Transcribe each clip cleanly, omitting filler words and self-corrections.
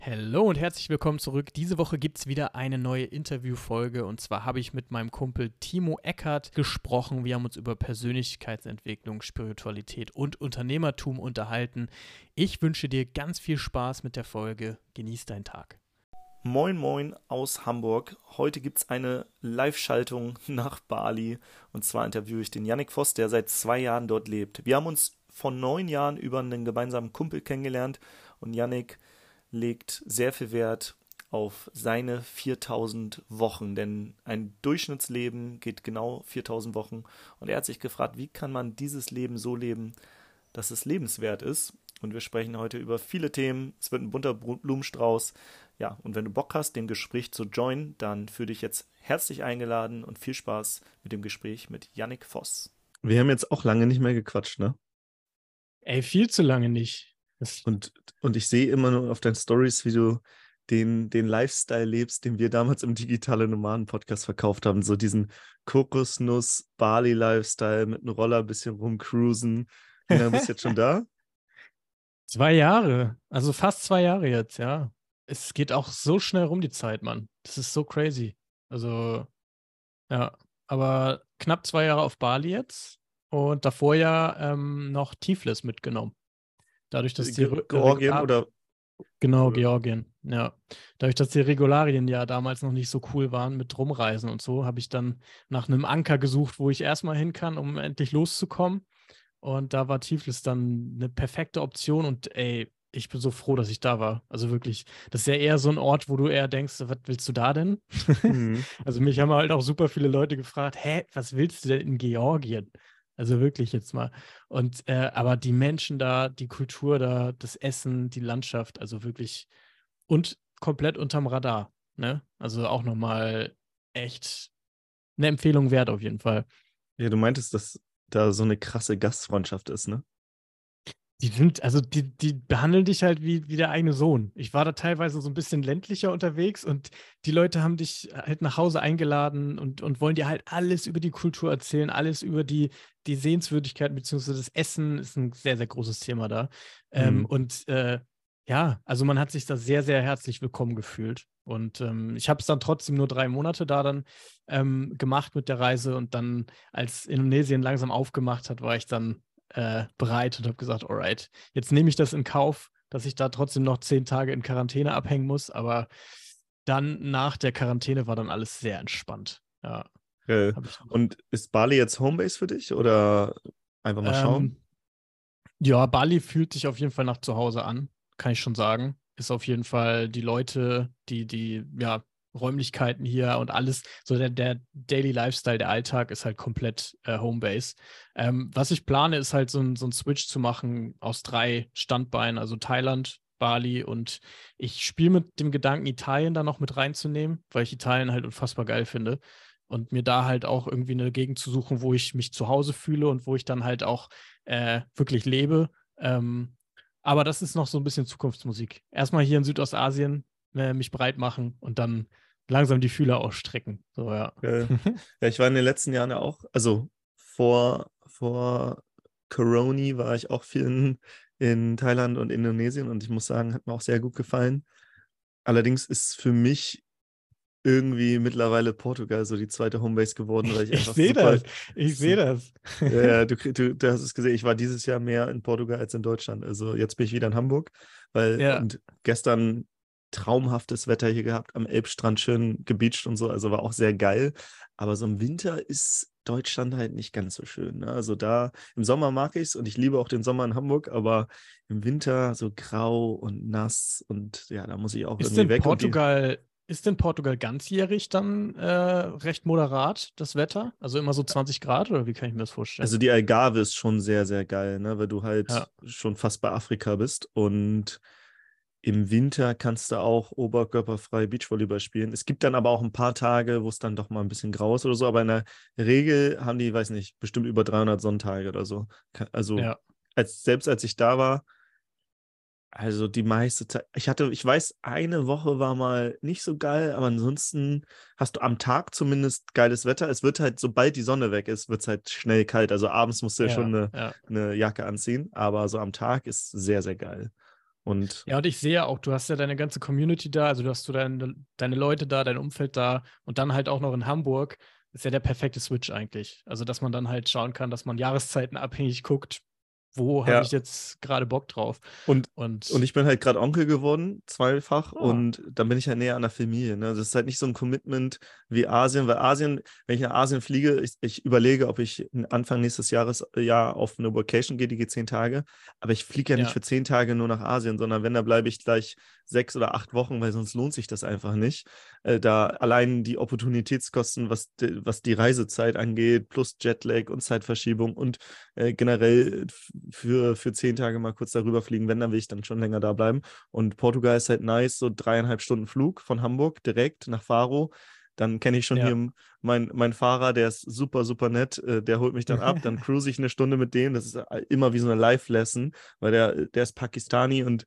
Hallo und herzlich willkommen zurück. Diese Woche gibt es wieder eine neue Interviewfolge und zwar habe ich mit meinem Kumpel Timo Eckert gesprochen. Wir haben uns über Persönlichkeitsentwicklung, Spiritualität und Unternehmertum unterhalten. Ich wünsche dir ganz viel Spaß mit der Folge. Genieß deinen Tag. Moin Moin aus Hamburg. Heute gibt es eine Live-Schaltung nach Bali und zwar interviewe ich den Yannick Voss, der seit 2 Jahren dort lebt. Wir haben uns vor 9 Jahren über einen gemeinsamen Kumpel kennengelernt und Yannick legt sehr viel Wert auf seine 4000 Wochen, denn ein Durchschnittsleben geht genau 4000 Wochen und er hat sich gefragt, wie kann man dieses Leben so leben, dass es lebenswert ist. Und wir sprechen heute über viele Themen. Es wird ein bunter Blumenstrauß. Ja, und wenn du Bock hast, dem Gespräch zu joinen, dann fühle dich jetzt herzlich eingeladen und viel Spaß mit dem Gespräch mit Yannick Voss. Wir haben jetzt auch lange nicht mehr gequatscht, ne? Ey, viel zu lange nicht. Und ich sehe immer nur auf deinen Stories, wie du den Lifestyle lebst, den wir damals im Digitale Nomaden-Podcast verkauft haben. So diesen Kokosnuss-Bali-Lifestyle mit einem Roller ein bisschen rumcruisen. Wie lange bist du jetzt schon da? 2 Jahre, also fast 2 Jahre jetzt, ja. Es geht auch so schnell rum, die Zeit, Mann. Das ist so crazy. Also, ja, aber knapp 2 Jahre auf Bali jetzt und davor ja noch Tiflis mitgenommen. Dadurch, dass die Georgien oder? Genau, Georgien, ja. Dadurch, dass die Regularien ja damals noch nicht so cool waren mit Rumreisen und so, habe ich dann nach einem Anker gesucht, wo ich erstmal hin kann, um endlich loszukommen. Und da war Tiflis dann eine perfekte Option und ey, ich bin so froh, dass ich da war. Also wirklich, das ist ja eher so ein Ort, wo du eher denkst, was willst du da denn? Mhm. Also mich haben halt auch super viele Leute gefragt, hä, was willst du denn in Georgien? Also wirklich jetzt mal. Und aber die Menschen da, die Kultur da, das Essen, die Landschaft, also wirklich und komplett unterm Radar, ne? Also auch nochmal echt eine Empfehlung wert auf jeden Fall. Ja, du meintest, dass da so eine krasse Gastfreundschaft ist, ne? Die behandeln dich halt wie der eigene Sohn. Ich war da teilweise so ein bisschen ländlicher unterwegs und die Leute haben dich halt nach Hause eingeladen und wollen dir halt alles über die Kultur erzählen, alles über die Sehenswürdigkeiten, beziehungsweise das Essen ist ein sehr, sehr großes Thema da. Mhm. Ja, also man hat sich da sehr, sehr herzlich willkommen gefühlt. Und ich habe es dann trotzdem nur 3 Monate da dann gemacht mit der Reise und dann, als Indonesien langsam aufgemacht hat, war ich dann bereit und habe gesagt, alright, jetzt nehme ich das in Kauf, dass ich da trotzdem noch 10 Tage in Quarantäne abhängen muss, aber dann nach der Quarantäne war dann alles sehr entspannt. Ja, habe ich noch. Und ist Bali jetzt Homebase für dich oder einfach mal schauen? Ähm, ja, Bali fühlt sich auf jeden Fall nach zu Hause an, kann ich schon sagen. Ist auf jeden Fall die Leute, ja, Räumlichkeiten hier und alles, so der Daily Lifestyle, der Alltag ist halt komplett Homebase. Was ich plane, ist halt so ein Switch zu machen aus 3 Standbeinen, also Thailand, Bali und ich spiele mit dem Gedanken, Italien da noch mit reinzunehmen, weil ich Italien halt unfassbar geil finde und mir da halt auch irgendwie eine Gegend zu suchen, wo ich mich zu Hause fühle und wo ich dann halt auch wirklich lebe. Aber das ist noch so ein bisschen Zukunftsmusik. Erstmal hier in Südostasien mich breit machen und dann langsam die Fühler ausstrecken. So, ja. Äh, ja, ich war in den letzten Jahren ja auch, also vor Corona war ich auch viel in Thailand und Indonesien und ich muss sagen, hat mir auch sehr gut gefallen. Allerdings ist für mich irgendwie mittlerweile Portugal so die zweite Homebase geworden, weil ich Ich einfach sehe super, das. Ich sehe super das. ja, du hast es gesehen, ich war dieses Jahr mehr in Portugal als in Deutschland. Also jetzt bin ich wieder in Hamburg, Ja, und gestern traumhaftes Wetter hier gehabt, am Elbstrand schön gebeacht und so, also war auch sehr geil. Aber so im Winter ist Deutschland halt nicht ganz so schön. Ne? Also da im Sommer mag ich es und ich liebe auch den Sommer in Hamburg, aber im Winter so grau und nass und ja, da muss ich auch ist irgendwie denn weg. Und die Portugal, ist denn Portugal ganzjährig dann recht moderat, das Wetter? Also immer so 20 Grad oder wie kann ich mir das vorstellen? Also die Algarve ist schon sehr, sehr geil, ne? Weil du Ja, halt schon fast bei Afrika bist. Und im Winter kannst du auch oberkörperfrei Beachvolleyball spielen. Es gibt dann aber auch ein paar Tage, wo es dann doch mal ein bisschen grau ist oder so. Aber in der Regel haben die, weiß nicht, bestimmt über 300 Sonntage oder so. Also ja. selbst als ich da war, also die meiste Zeit, ich weiß, eine Woche war mal nicht so geil, aber ansonsten hast du am Tag zumindest geiles Wetter. Es wird halt, sobald die Sonne weg ist, wird es halt schnell kalt. Also abends musst du ja Ja, schon ja. eine Jacke anziehen, aber so am Tag ist sehr, sehr geil. Und Ja, und ich sehe auch, du hast ja deine ganze Community da, also du hast deine Leute da, dein Umfeld da und dann halt auch noch in Hamburg. Ist ja der perfekte Switch eigentlich. Also, dass man dann halt schauen kann, dass man Jahreszeiten abhängig guckt, wo habe ich ja, jetzt gerade Bock drauf. Und, und Und ich bin halt gerade Onkel geworden, zweifach, ah, und dann bin ich halt näher an der Familie. Ne? Das ist halt nicht so ein Commitment wie Asien, weil Asien, wenn ich nach Asien fliege, ich überlege, ob ich Anfang nächstes Jahr auf eine Vacation gehe, die geht 10 Tage. Aber ich fliege ja nicht ja, für 10 Tage nur nach Asien, sondern wenn, da bleibe ich gleich 6 oder 8 Wochen, weil sonst lohnt sich das einfach nicht. Da allein die Opportunitätskosten, was die Reisezeit angeht, plus Jetlag und Zeitverschiebung und generell für 10 Tage mal kurz darüber fliegen, wenn, dann will ich dann schon länger da bleiben. Und Portugal ist halt nice, so 3,5 Stunden Flug von Hamburg direkt nach Faro. Dann kenne ich schon ja. hier mein Fahrer, der ist super, super nett, der holt mich dann ab, dann cruise ich eine Stunde mit dem, das ist immer wie so eine Live-Lesson, weil der ist Pakistani und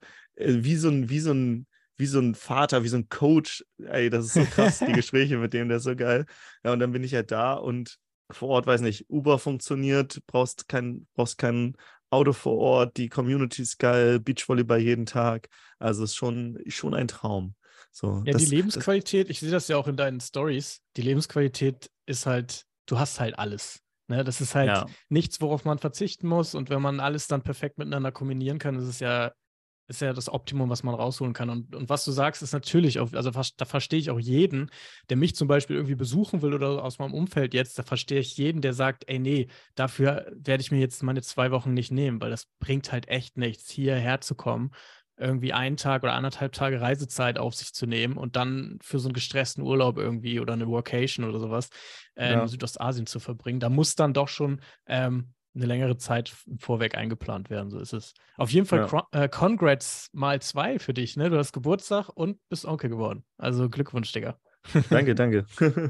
wie so ein Vater, wie so ein Coach, ey, das ist so krass, die Gespräche mit dem, der ist so geil. Ja, und dann bin ich halt da und vor Ort, weiß nicht, Uber funktioniert, brauchst kein Auto vor Ort, die Community ist geil, Beachvolleyball jeden Tag. Also ist schon ein Traum. So, Ja, die Lebensqualität, ich sehe das ja auch in deinen Stories, die Lebensqualität ist halt, du hast halt alles. Ne? Das ist halt ja, nichts, worauf man verzichten muss. Und wenn man alles dann perfekt miteinander kombinieren kann, ist ja das Optimum, was man rausholen kann. Und was du sagst, ist natürlich auch, also da verstehe ich auch jeden, der mich zum Beispiel irgendwie besuchen will oder aus meinem Umfeld jetzt, da verstehe ich jeden, der sagt, ey, nee, dafür werde ich mir jetzt meine 2 Wochen nicht nehmen, weil das bringt halt echt nichts, hierher zu kommen, irgendwie einen Tag oder 1,5 Tage Reisezeit auf sich zu nehmen und dann für so einen gestressten Urlaub irgendwie oder eine Workation oder sowas in ja, Südostasien zu verbringen. Da muss dann doch schon eine längere Zeit vorweg eingeplant werden, so ist es. Auf jeden Fall ja. Congrats mal 2 für dich, ne? Du hast Geburtstag und bist Onkel geworden. Also Glückwunsch, Digga. Danke, danke.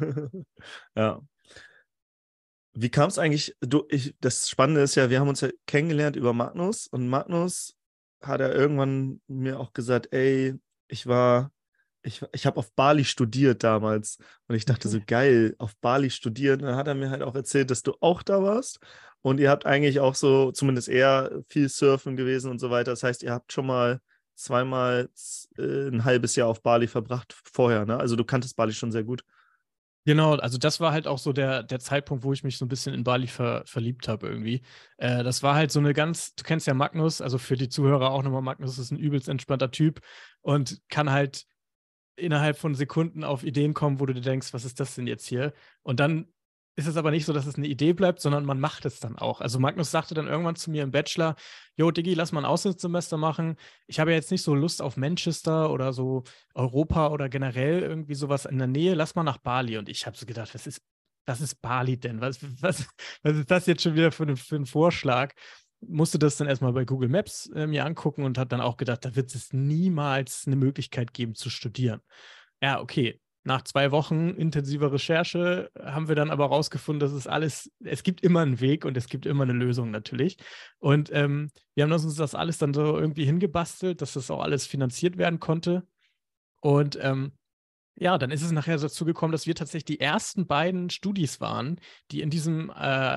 Ja. Wie kam es eigentlich? Das Spannende ist ja, wir haben uns ja kennengelernt über Magnus und Magnus hat ja irgendwann mir auch gesagt, ey, ich war, ich habe auf Bali studiert damals und ich dachte so, geil, auf Bali studieren. Und dann hat er mir halt auch erzählt, dass du auch da warst und ihr habt eigentlich auch so, zumindest eher viel Surfen gewesen und so weiter. Das heißt, ihr habt schon mal zweimal ein halbes Jahr auf Bali verbracht vorher, ne? Also du kanntest Bali schon sehr gut. Genau, also das war halt auch so der Zeitpunkt, wo ich mich so ein bisschen in Bali verliebt habe irgendwie. Das war halt so eine ganz, du kennst ja Magnus, also für die Zuhörer auch nochmal, Magnus ist ein übelst entspannter Typ und kann halt innerhalb von Sekunden auf Ideen kommen, wo du dir denkst, was ist das denn jetzt hier? Und dann ist es aber nicht so, dass es eine Idee bleibt, sondern man macht es dann auch. Also Magnus sagte dann irgendwann zu mir im Bachelor, Jo, Diggi, lass mal ein Auslandssemester machen. Ich habe ja jetzt nicht so Lust auf Manchester oder so Europa oder generell irgendwie sowas in der Nähe. Lass mal nach Bali. Und ich habe so gedacht, was ist Bali denn? Was ist das jetzt schon wieder für ein Vorschlag? Musste das dann erstmal bei Google Maps mir angucken und habe dann auch gedacht, da wird es niemals eine Möglichkeit geben zu studieren. Ja, okay. Nach 2 Wochen intensiver Recherche haben wir dann aber rausgefunden, dass es gibt immer einen Weg und es gibt immer eine Lösung natürlich. Und wir haben uns das alles dann so irgendwie hingebastelt, dass das auch alles finanziert werden konnte. Und ja, dann ist es nachher dazu gekommen, dass wir tatsächlich die ersten beiden Studis waren, die in diesem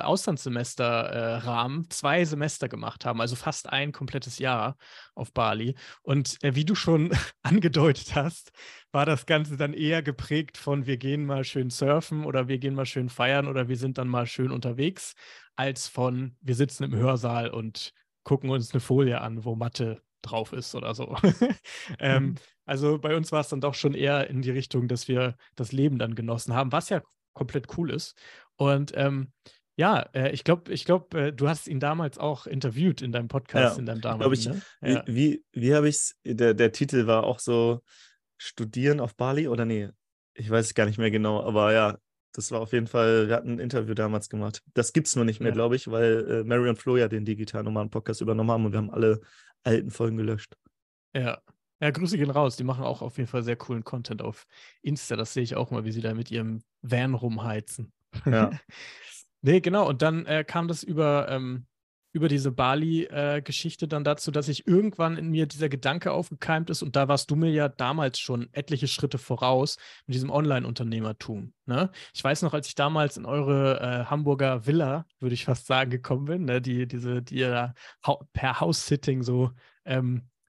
Auslandssemester-Rahmen 2 Semester gemacht haben, also fast ein komplettes Jahr auf Bali. Und wie du schon angedeutet hast, war das Ganze dann eher geprägt von, wir gehen mal schön surfen oder wir gehen mal schön feiern oder wir sind dann mal schön unterwegs, als von, wir sitzen im Hörsaal und gucken uns eine Folie an, wo Mathe drauf ist oder so. ähm, also bei uns war es dann doch schon eher in die Richtung, dass wir das Leben dann genossen haben, was ja komplett cool ist. Und ja, du hast ihn damals auch interviewt in deinem Podcast, Ja, in deinem ich glaube, damaligen, ne? wie, Ja, wie habe ich es, der Titel war auch so Studieren auf Bali oder nee, ich weiß es gar nicht mehr genau, aber ja, das war auf jeden Fall, wir hatten ein Interview damals gemacht. Das gibt es nur nicht mehr, ja, glaube ich, weil Mary und Flo ja den Digital Nomaden Podcast übernommen haben und wir haben alle alten Folgen gelöscht. ja. Ja, Grüße gehen raus. Die machen auch auf jeden Fall sehr coolen Content auf Insta. Das sehe ich auch mal, wie sie da mit ihrem Van rumheizen. Ja, Nee, genau. Und dann kam das über diese Bali-Geschichte dann dazu, dass ich irgendwann in mir dieser Gedanke aufgekeimt ist und da warst du mir ja damals schon etliche Schritte voraus mit diesem Online-Unternehmertum. Ne? Ich weiß noch, als ich damals in eure Hamburger Villa, würde ich fast sagen, gekommen bin, ne? Die ihr da per House-Sitting so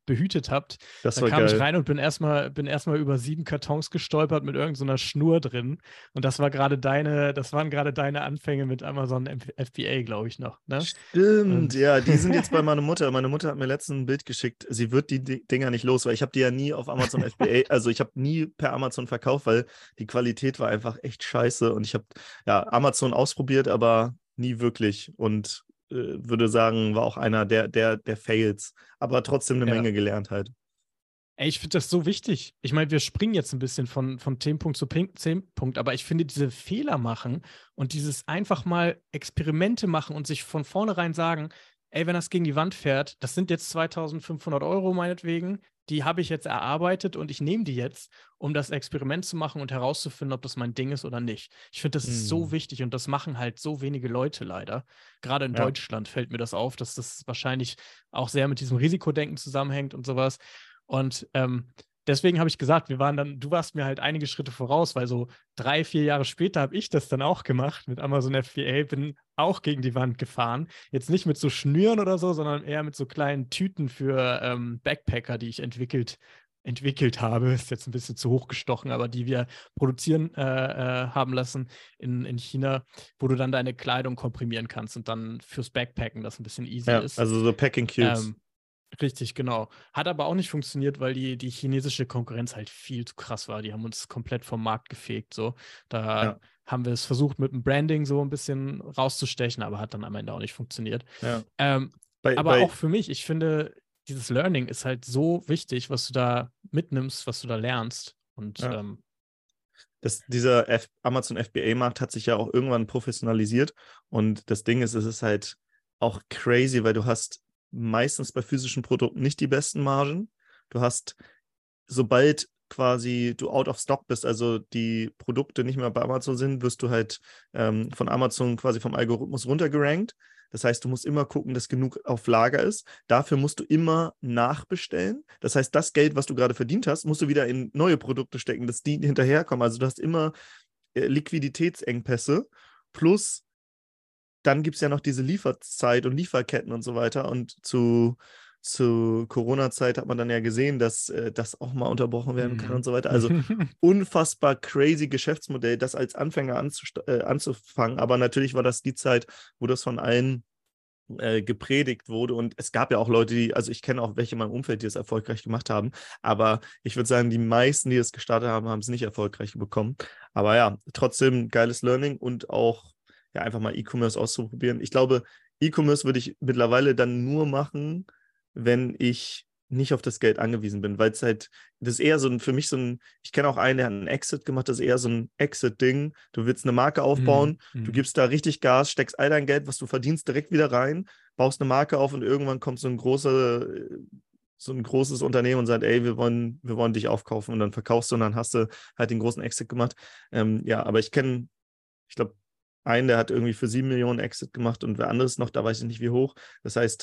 behütet habt. Das Da war kam ich geil. rein und bin erstmal über 7 Kartons gestolpert mit irgend so einer Schnur drin. Und das waren gerade deine Anfänge mit Amazon FBA, glaube ich noch, ne? Stimmt, Und ja, die sind jetzt bei meiner Mutter. Meine Mutter hat mir letztens ein Bild geschickt. Sie wird die Dinger nicht los, weil ich habe die ja nie auf Amazon FBA, also ich habe nie per Amazon verkauft, weil die Qualität war einfach echt scheiße und ich habe ja Amazon ausprobiert, aber nie wirklich und würde sagen, war auch einer der Fails, aber trotzdem eine ja. Menge gelernt halt. Ey, ich finde das so wichtig. Ich meine, wir springen jetzt ein bisschen von Themenpunkt zu Themenpunkt, aber ich finde, diese Fehler machen und dieses einfach mal Experimente machen und sich von vornherein sagen, ey, wenn das gegen die Wand fährt, das sind jetzt 2.500 Euro meinetwegen, die habe ich jetzt erarbeitet und ich nehme die jetzt, um das Experiment zu machen und herauszufinden, ob das mein Ding ist oder nicht. Ich finde, das ist so Hm. wichtig und das machen halt so wenige Leute leider. Gerade in Ja. Deutschland fällt mir das auf, dass das wahrscheinlich auch sehr mit diesem Risikodenken zusammenhängt und sowas. Und deswegen habe ich gesagt, du warst mir halt einige Schritte voraus, weil so 3, 4 Jahre später habe ich das dann auch gemacht mit Amazon FBA, bin auch gegen die Wand gefahren. Jetzt nicht mit so Schnüren oder so, sondern eher mit so kleinen Tüten für Backpacker, die ich entwickelt habe. Ist jetzt ein bisschen zu hoch gestochen, aber die wir produzieren haben lassen in China, wo du dann deine Kleidung komprimieren kannst und dann fürs Backpacken das ein bisschen easy Ja, ist. also so Packing Cubes. Richtig, genau. Hat aber auch nicht funktioniert, weil die chinesische Konkurrenz halt viel zu krass war. Die haben uns komplett vom Markt gefegt. So. Da Ja, haben wir es versucht, mit dem Branding so ein bisschen rauszustechen, aber hat dann am Ende auch nicht funktioniert. ja. Ähm, Bei, aber auch bei, für mich, ich finde, dieses Learning ist halt so wichtig, was du da mitnimmst, was du da lernst. Und ja. Dieser Amazon FBA-Markt hat sich ja auch irgendwann professionalisiert. Und das Ding ist, es ist halt auch crazy, weil du hast meistens bei physischen Produkten nicht die besten Margen. Du hast, sobald quasi du out of stock bist, also die Produkte nicht mehr bei Amazon sind, wirst du halt von Amazon quasi vom Algorithmus runtergerankt. Das heißt, du musst immer gucken, dass genug auf Lager ist. Dafür musst du immer nachbestellen. Das heißt, das Geld, was du gerade verdient hast, musst du wieder in neue Produkte stecken, dass die hinterherkommen. Also du hast immer Liquiditätsengpässe. Plus, dann gibt es ja noch diese Lieferzeit und Lieferketten und so weiter. Und zu Corona-Zeit hat man dann ja gesehen, dass das auch mal unterbrochen werden kann und so weiter. Also unfassbar crazy Geschäftsmodell, das als Anfänger anzufangen. Aber natürlich war das die Zeit, wo das von allen gepredigt wurde. Und es gab ja auch Leute, also ich kenne auch welche in meinem Umfeld, die es erfolgreich gemacht haben. Aber ich würde sagen, die meisten, die es gestartet haben, haben es nicht erfolgreich bekommen. Aber ja, trotzdem geiles Learning und auch ja, einfach mal E-Commerce auszuprobieren. Ich glaube, E-Commerce würde ich mittlerweile dann nur machen, wenn ich nicht auf das Geld angewiesen bin, weil es halt, das ist eher so ein, für mich so ein, ich kenne auch einen, der hat einen Exit gemacht, das ist eher so ein Exit-Ding. Du willst eine Marke aufbauen, du gibst da richtig Gas, steckst all dein Geld, was du verdienst, direkt wieder rein, baust eine Marke auf und irgendwann kommt so ein großes Unternehmen und sagt, ey, wir wollen dich aufkaufen und dann verkaufst du und dann hast du halt den großen Exit gemacht. Ja, aber ich glaube, einen, der hat irgendwie für 7 Millionen Exit gemacht und wer anderes noch, da weiß ich nicht wie hoch. Das heißt,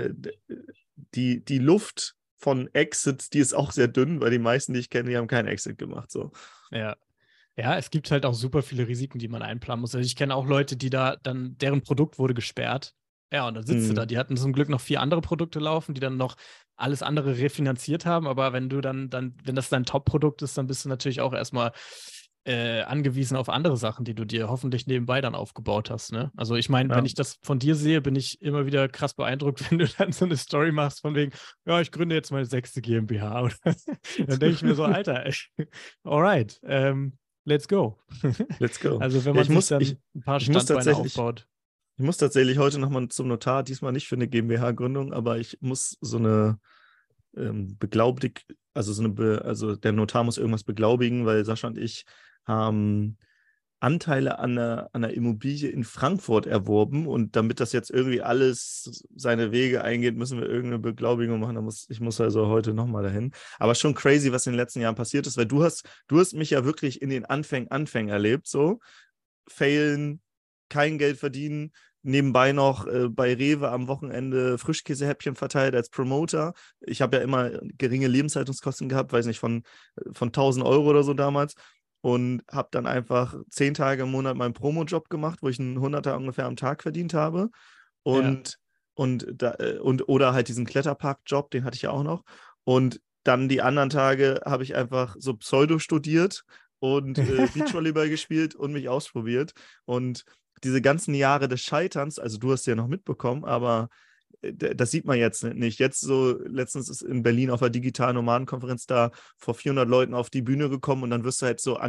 die Luft von Exits, die ist auch sehr dünn, weil die meisten, die ich kenne, die haben keinen Exit gemacht. So. Ja. Ja, es gibt halt auch super viele Risiken, die man einplanen muss. Also ich kenne auch Leute, die da dann, deren Produkt wurde gesperrt. Ja, und dann sitzt du da. Mm, Die hatten zum Glück noch 4 andere Produkte laufen, die dann noch alles andere refinanziert haben. Aber wenn du wenn das dein Top-Produkt ist, dann bist du natürlich auch erstmal angewiesen auf andere Sachen, die du dir hoffentlich nebenbei dann aufgebaut hast. Ne? Also ich meine, wenn ja. ich das von dir sehe, bin ich immer wieder krass beeindruckt, wenn du dann so eine Story machst von wegen, ja, ich gründe jetzt meine 6. GmbH. Oder dann denke ich mir so, Alter, alright, let's go. Let's go. Also wenn Ja, man sich dann ein paar ich muss Standbeine tatsächlich, aufbaut. ich muss tatsächlich heute nochmal zum Notar, diesmal nicht für eine GmbH-Gründung, aber ich muss so eine beglaubigt, also also der Notar muss irgendwas beglaubigen, weil Sascha und ich haben Anteile an einer Immobilie in Frankfurt erworben und damit das jetzt irgendwie alles seine Wege eingeht, müssen wir irgendeine Beglaubigung machen. Ich muss also heute nochmal dahin. Aber schon crazy, was in den letzten Jahren passiert ist, weil du hast mich ja wirklich in den Anfängen erlebt, so failen, kein Geld verdienen, nebenbei noch bei Rewe am Wochenende Frischkäsehäppchen verteilt als Promoter. Ich habe ja immer geringe Lebenshaltungskosten gehabt, weiß nicht, von 1.000 € oder so damals und habe dann einfach 10 Tage im Monat meinen Promo-Job gemacht, wo ich einen Hunderter ungefähr am Tag verdient habe Ja, und oder halt diesen Kletterpark-Job, den hatte ich ja auch noch Und dann die anderen Tage habe ich einfach so Pseudo studiert und Beachvolleyball gespielt und mich ausprobiert. Und diese ganzen Jahre des Scheiterns, also du hast ja noch mitbekommen, aber das sieht man jetzt nicht. Jetzt so, letztens ist in Berlin auf der digitalen Nomadenkonferenz da vor 400 Leuten auf die Bühne gekommen und dann wirst du halt so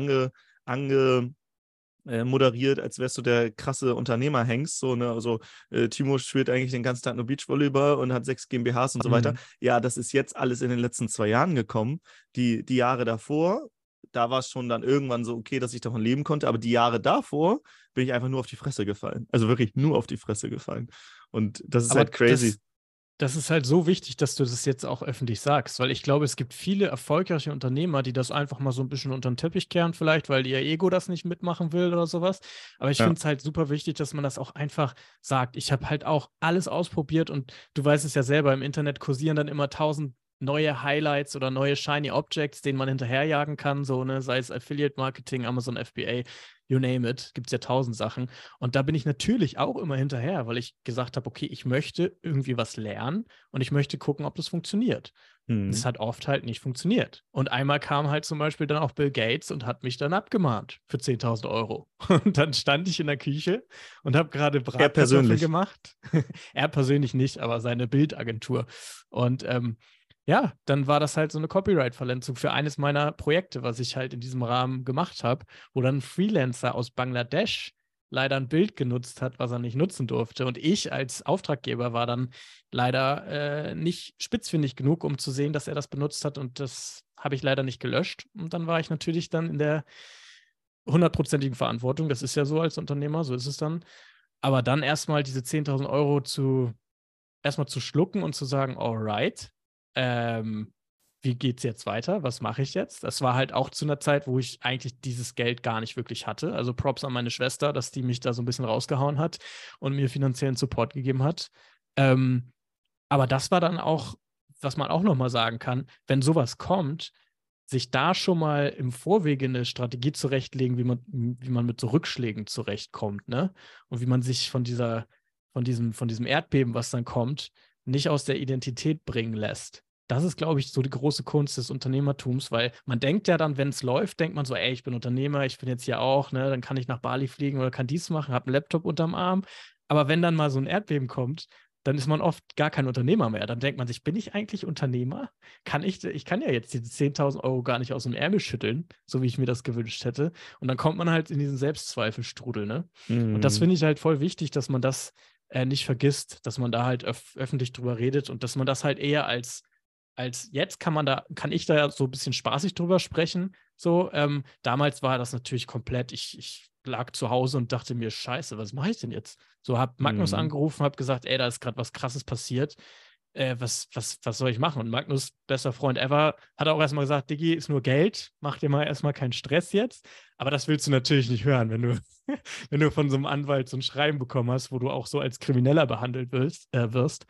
moderiert, als wärst du der krasse Unternehmerhengst. So, ne? Also Timo spielt eigentlich den ganzen Tag nur Beachvolleyball und hat 6 GmbHs und so weiter. Mhm. Ja, das ist jetzt alles in den letzten 2 Jahren gekommen. Die Jahre davor, da war es schon dann irgendwann so okay, dass ich davon leben konnte, aber die Jahre davor bin ich einfach nur auf die Fresse gefallen. Also wirklich nur auf die Fresse gefallen. Und das ist Aber halt crazy. das ist halt so wichtig, dass du das jetzt auch öffentlich sagst, weil ich glaube, es gibt viele erfolgreiche Unternehmer, die das einfach mal so ein bisschen unter den Teppich kehren, vielleicht, weil ihr Ego das nicht mitmachen will oder sowas. Aber ich Ja. finde es halt super wichtig, dass man das auch einfach sagt. Ich habe halt auch alles ausprobiert und du weißt es ja selber, im Internet kursieren dann immer 1000 neue Highlights oder neue Shiny Objects, denen man hinterherjagen kann, so, ne, sei es Affiliate Marketing, Amazon FBA, you name it, gibt es ja 1000 Sachen. Und da bin ich natürlich auch immer hinterher, weil ich gesagt habe, okay, ich möchte irgendwie was lernen und ich möchte gucken, ob das funktioniert. Und es Mhm. hat oft halt nicht funktioniert. Und einmal kam halt zum Beispiel dann auch Bill Gates und hat mich dann abgemahnt für 10.000 Euro. Und dann stand ich in der Küche und habe gerade Er Bratkartoffeln persönlich. gemacht. Er persönlich nicht, aber seine Bildagentur. Und ja, dann war das halt so eine Copyright-Verletzung für eines meiner Projekte, was ich halt in diesem Rahmen gemacht habe, wo dann ein Freelancer aus Bangladesch leider ein Bild genutzt hat, was er nicht nutzen durfte. Und ich als Auftraggeber war dann leider nicht spitzfindig genug, um zu sehen, dass er das benutzt hat. Und das habe ich leider nicht gelöscht. Und dann war ich natürlich dann in der hundertprozentigen Verantwortung. Das ist ja so als Unternehmer, so ist es dann. Aber dann erstmal diese 10.000 Euro erstmal zu schlucken und zu sagen, alright, ähm, wie geht's jetzt weiter? Was mache ich jetzt? Das war halt auch zu einer Zeit, wo ich eigentlich dieses Geld gar nicht wirklich hatte. Also Props an meine Schwester, dass die mich da so ein bisschen rausgehauen hat und mir finanziellen Support gegeben hat. Ähm, aber das war dann auch, was man auch nochmal sagen kann, wenn sowas kommt, sich da schon mal im Vorwege eine Strategie zurechtlegen, wie man mit so Rückschlägen zurechtkommt, ne? Und wie man sich von diesem Erdbeben, was dann kommt, nicht aus der Identität bringen lässt. Das ist, glaube ich, so die große Kunst des Unternehmertums, weil man denkt ja dann, wenn es läuft, denkt man so, ey, ich bin Unternehmer, ich bin jetzt hier auch, ne, dann kann ich nach Bali fliegen oder kann dies machen, habe einen Laptop unterm Arm. Aber wenn dann mal so ein Erdbeben kommt, dann ist man oft gar kein Unternehmer mehr. Dann denkt man sich, bin ich eigentlich Unternehmer? Ich kann ja jetzt diese 10.000 Euro gar nicht aus dem Ärmel schütteln, so wie ich mir das gewünscht hätte. Und dann kommt man halt in diesen Selbstzweifelstrudel, ne? Und das Mhm. finde ich halt voll wichtig, dass man das nicht vergisst, dass man da halt öffentlich drüber redet und dass man das halt eher als jetzt kann ich da ja so ein bisschen spaßig drüber sprechen. So, damals war das natürlich komplett, ich lag zu Hause und dachte mir, Scheiße, was mache ich denn jetzt? So, hab Magnus Mhm. angerufen, hab gesagt, ey, da ist gerade was Krasses passiert. Was soll ich machen? Und Magnus, bester Freund ever, hat auch erstmal gesagt, Diggi, ist nur Geld, mach dir mal erstmal keinen Stress jetzt. Aber das willst du natürlich nicht hören, wenn du, wenn du von so einem Anwalt so ein Schreiben bekommen hast, wo du auch so als Krimineller behandelt wirst.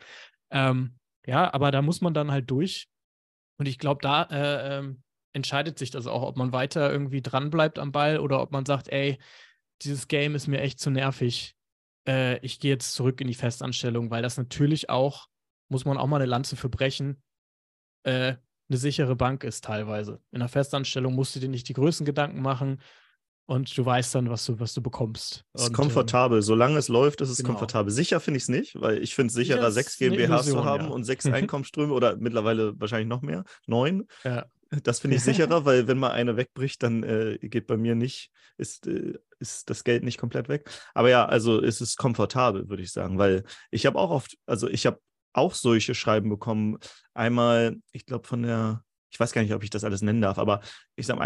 Ja, aber da muss man dann halt durch. Und ich glaube, da entscheidet sich das auch, ob man weiter irgendwie dranbleibt am Ball oder ob man sagt, ey, dieses Game ist mir echt zu nervig. Ich gehe jetzt zurück in die Festanstellung, weil das natürlich auch, muss man auch mal eine Lanze für brechen, eine sichere Bank ist teilweise. In einer Festanstellung musst du dir nicht die größten Gedanken machen und du weißt dann, was du bekommst. Es ist Und komfortabel. Solange es läuft, ist es genau. komfortabel. Sicher finde ich es nicht, weil ich finde es Sicher sicherer, 6 ist eine GmbHs zu Illusion, haben ja. und 6 Einkommensströme oder mittlerweile wahrscheinlich noch mehr, 9. Ja. Das finde ich sicherer, weil wenn mal eine wegbricht, dann geht bei mir nicht, ist das Geld nicht komplett weg. Aber ja, also es ist komfortabel, würde ich sagen, weil ich habe auch oft, also ich habe auch solche Schreiben bekommen. Einmal, ich glaube ich weiß gar nicht, ob ich das alles nennen darf, aber ich sage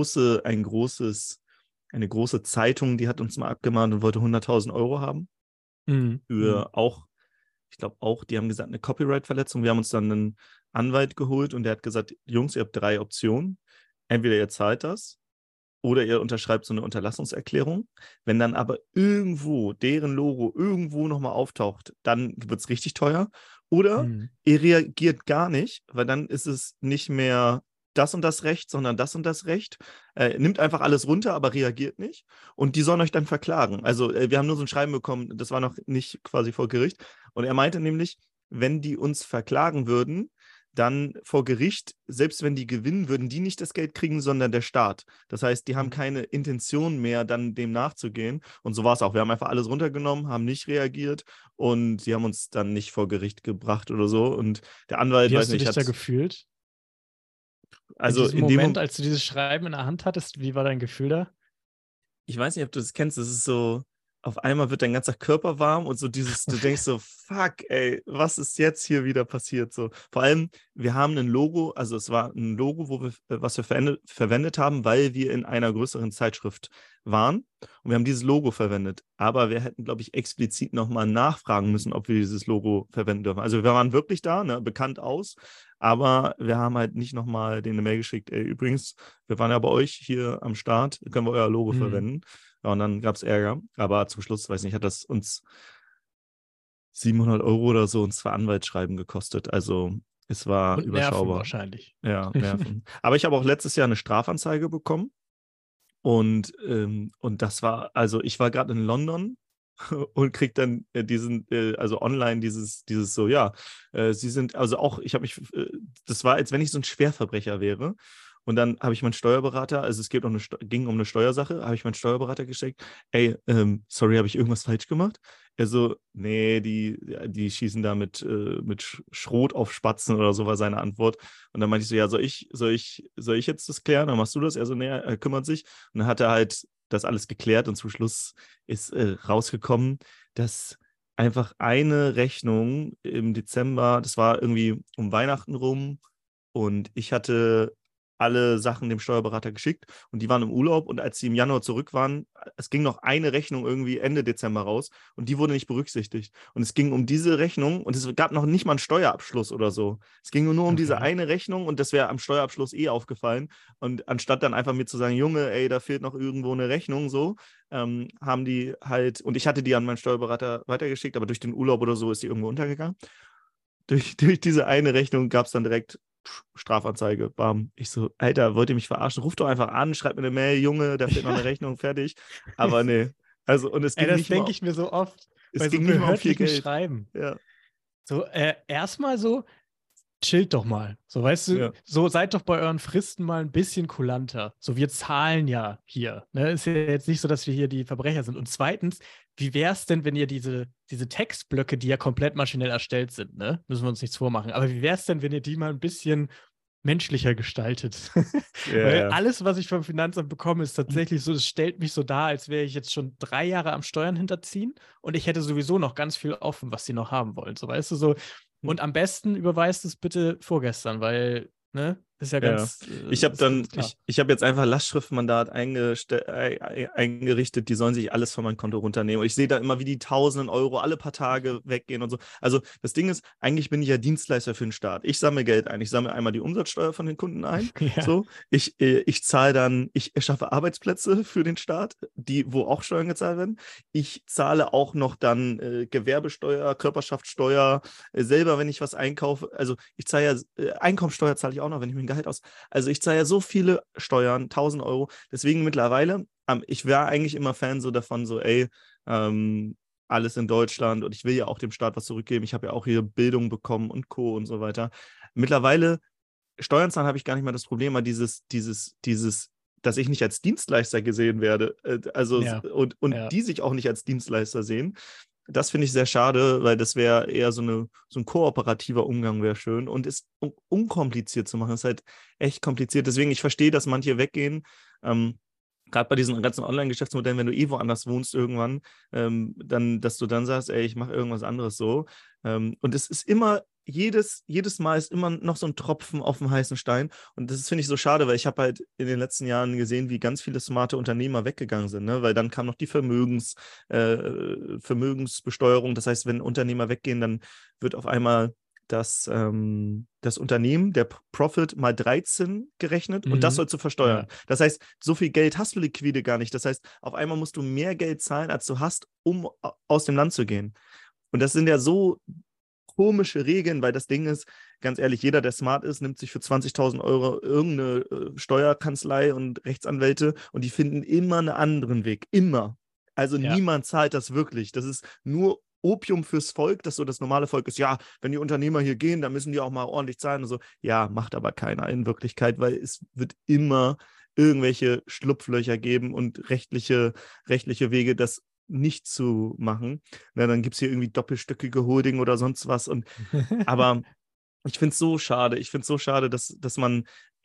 eine große Zeitung, die hat uns mal abgemahnt und wollte 100.000 Euro haben. Mhm. Mhm. Für auch, ich glaube auch, die haben gesagt, eine Copyright-Verletzung. Wir haben uns dann einen Anwalt geholt und der hat gesagt, Jungs, ihr habt 3 Optionen. Entweder ihr zahlt das oder ihr unterschreibt so eine Unterlassungserklärung. Wenn dann aber irgendwo deren Logo irgendwo nochmal auftaucht, dann wird es richtig teuer. Oder Mhm. ihr reagiert gar nicht, weil dann ist es nicht mehr das und das Recht, sondern das und das Recht. Nimmt einfach alles runter, aber reagiert nicht. Und die sollen euch dann verklagen. Also wir haben nur so ein Schreiben bekommen, das war noch nicht quasi vor Gericht. Und er meinte nämlich, wenn die uns verklagen würden, dann vor Gericht, selbst wenn die gewinnen, würden die nicht das Geld kriegen, sondern der Staat. Das heißt, die haben keine Intention mehr, dann dem nachzugehen. Und so war es auch. Wir haben einfach alles runtergenommen, haben nicht reagiert und sie haben uns dann nicht vor Gericht gebracht oder so. Und der Anwalt, Wie weiß hast du nicht, dich da hat, gefühlt? In also diesem in dem Moment, Moment, als du dieses Schreiben in der Hand hattest, wie war dein Gefühl da? ich weiß nicht, ob du das kennst, das ist so, auf einmal wird dein ganzer Körper warm und so dieses, du denkst so, fuck, ey, was ist jetzt hier wieder passiert? So, vor allem, wir haben ein Logo, also es war ein Logo, was wir verwendet haben, weil wir in einer größeren Zeitschrift waren und wir haben dieses Logo verwendet. Aber wir hätten, glaube ich, explizit nochmal nachfragen müssen, ob wir dieses Logo verwenden dürfen. Also wir waren wirklich da, ne, bekannt aus, aber wir haben halt nicht nochmal denen eine Mail geschickt, ey, übrigens, wir waren ja bei euch hier am Start, können wir euer Logo verwenden? Ja, und dann gab es Ärger. Aber zum Schluss, weiß nicht, hat das uns 700 Euro oder so und zwei Anwaltsschreiben gekostet. Also es war Und Nerven überschaubar. wahrscheinlich. Ja, Nerven. Aber ich habe auch letztes Jahr eine Strafanzeige bekommen. Und das war, also ich war gerade in London und krieg dann also online dieses so, ja, sie sind, also auch, ich habe mich, das war, als wenn ich so ein Schwerverbrecher wäre. Und dann habe ich meinen Steuerberater, also es ging um eine Steuersache, habe ich meinen Steuerberater geschickt, ey, sorry, habe ich irgendwas falsch gemacht? Er so, nee, die schießen da mit Schrot auf Spatzen oder so war seine Antwort. Und dann meinte ich so, ja, soll ich jetzt das klären? Dann machst du das? Er so, nee, er kümmert sich. Und dann hat er halt das alles geklärt und zum Schluss ist rausgekommen, dass einfach eine Rechnung im Dezember, das war irgendwie um Weihnachten rum und ich hatte alle Sachen dem Steuerberater geschickt und die waren im Urlaub und als sie im Januar zurück waren, es ging noch eine Rechnung irgendwie Ende Dezember raus und die wurde nicht berücksichtigt. Und es ging um diese Rechnung und es gab noch nicht mal einen Steuerabschluss oder so. Es ging nur um diese Okay. eine Rechnung und das wäre am Steuerabschluss eh aufgefallen. Und anstatt dann einfach mir zu sagen, Junge, ey, da fehlt noch irgendwo eine Rechnung, so, haben die halt, und ich hatte die an meinen Steuerberater weitergeschickt, aber durch den Urlaub oder so ist die irgendwo untergegangen. Durch diese eine Rechnung gab es dann direkt Strafanzeige. Bam. Ich so, Alter, wollt ihr mich verarschen? Ruft doch einfach an, schreibt mir eine Mail, Junge, da fehlt noch eine Rechnung, fertig. Aber nee. Also, und Ey, das denke ich mir so oft bei es so ging nicht mal um viel behördlichen Geld. Schreiben. Ja, So, erstmal so, chillt doch mal. So, weißt du, ja, so seid doch bei euren Fristen mal ein bisschen kulanter. So, wir zahlen ja hier. Ne? Ist ja jetzt nicht so, dass wir hier die Verbrecher sind. Und zweitens, wie wäre es denn, wenn ihr diese Textblöcke, die ja komplett maschinell erstellt sind, ne? Müssen wir uns nichts vormachen. Aber wie wäre es denn, wenn ihr die mal ein bisschen menschlicher gestaltet? ja, Weil ja. alles, was ich vom Finanzamt bekomme, ist tatsächlich so, es stellt mich so dar, als wäre ich jetzt schon 3 Jahre am Steuern hinterziehen und ich hätte sowieso noch ganz viel offen, was sie noch haben wollen. So, weißt du, so, und am besten überweist es bitte vorgestern, weil, ne, ist ja Ja, ist ganz klar. ich habe jetzt einfach Lastschriftmandat eingerichtet, die sollen sich alles von meinem Konto runternehmen. Und ich sehe da immer, wie die tausenden Euro alle paar Tage weggehen und so. Also das Ding ist, eigentlich bin ich ja Dienstleister für den Staat. Ich sammle Geld ein. Ich sammle einmal die Umsatzsteuer von den Kunden ein. Ja, So, ich zahle dann, ich erschaffe Arbeitsplätze für den Staat, wo auch Steuern gezahlt werden. Ich zahle auch noch dann Gewerbesteuer, Körperschaftssteuer, selber, wenn ich was einkaufe. Also ich zahle ja, Einkommensteuer zahle ich auch noch, wenn ich mir ein Gehalt aus. Also ich zahle ja so viele Steuern, 1.000 Euro. Deswegen mittlerweile, ich wäre eigentlich immer Fan so davon, so ey, alles in Deutschland und ich will ja auch dem Staat was zurückgeben. Ich habe ja auch hier Bildung bekommen und Co. und so weiter. Mittlerweile, Steuern zahlen habe ich gar nicht mehr das Problem, aber dass ich nicht als Dienstleister gesehen werde, also ja, und ja, die sich auch nicht als Dienstleister sehen. Das finde ich sehr schade, weil das wäre eher so ein kooperativer Umgang wäre schön und ist unkompliziert zu machen. Ist halt echt kompliziert. Deswegen, ich verstehe, dass manche weggehen. Gerade bei diesen ganzen Online-Geschäftsmodellen, wenn du eh woanders wohnst irgendwann, dass du dann sagst, ey, ich mache irgendwas anderes so. Und es ist immer, jedes Mal ist immer noch so ein Tropfen auf dem heißen Stein. Und das finde ich so schade, weil ich habe halt in den letzten Jahren gesehen, wie ganz viele smarte Unternehmer weggegangen sind, ne? Weil dann kam noch die Vermögensbesteuerung. Das heißt, wenn Unternehmer weggehen, dann wird auf einmal das Unternehmen, der Profit mal 13 gerechnet und das mhm. sollst du versteuern. Ja, Das heißt, so viel Geld hast du liquide gar nicht. Das heißt, auf einmal musst du mehr Geld zahlen, als du hast, um aus dem Land zu gehen. Und das sind ja so komische Regeln, weil das Ding ist, ganz ehrlich, jeder, der smart ist, nimmt sich für 20.000 Euro irgendeine Steuerkanzlei und Rechtsanwälte und die finden immer einen anderen Weg. Immer. Also ja, niemand zahlt das wirklich. Das ist nur Opium fürs Volk, dass so das normale Volk ist, ja, wenn die Unternehmer hier gehen, dann müssen die auch mal ordentlich zahlen und so. Ja, macht aber keiner in Wirklichkeit, weil es wird immer irgendwelche Schlupflöcher geben und rechtliche Wege, das nicht zu machen. Na, dann gibt es hier irgendwie doppelstöckige Holding oder sonst was. Aber ich finde es so schade. Ich finde es so schade, dass man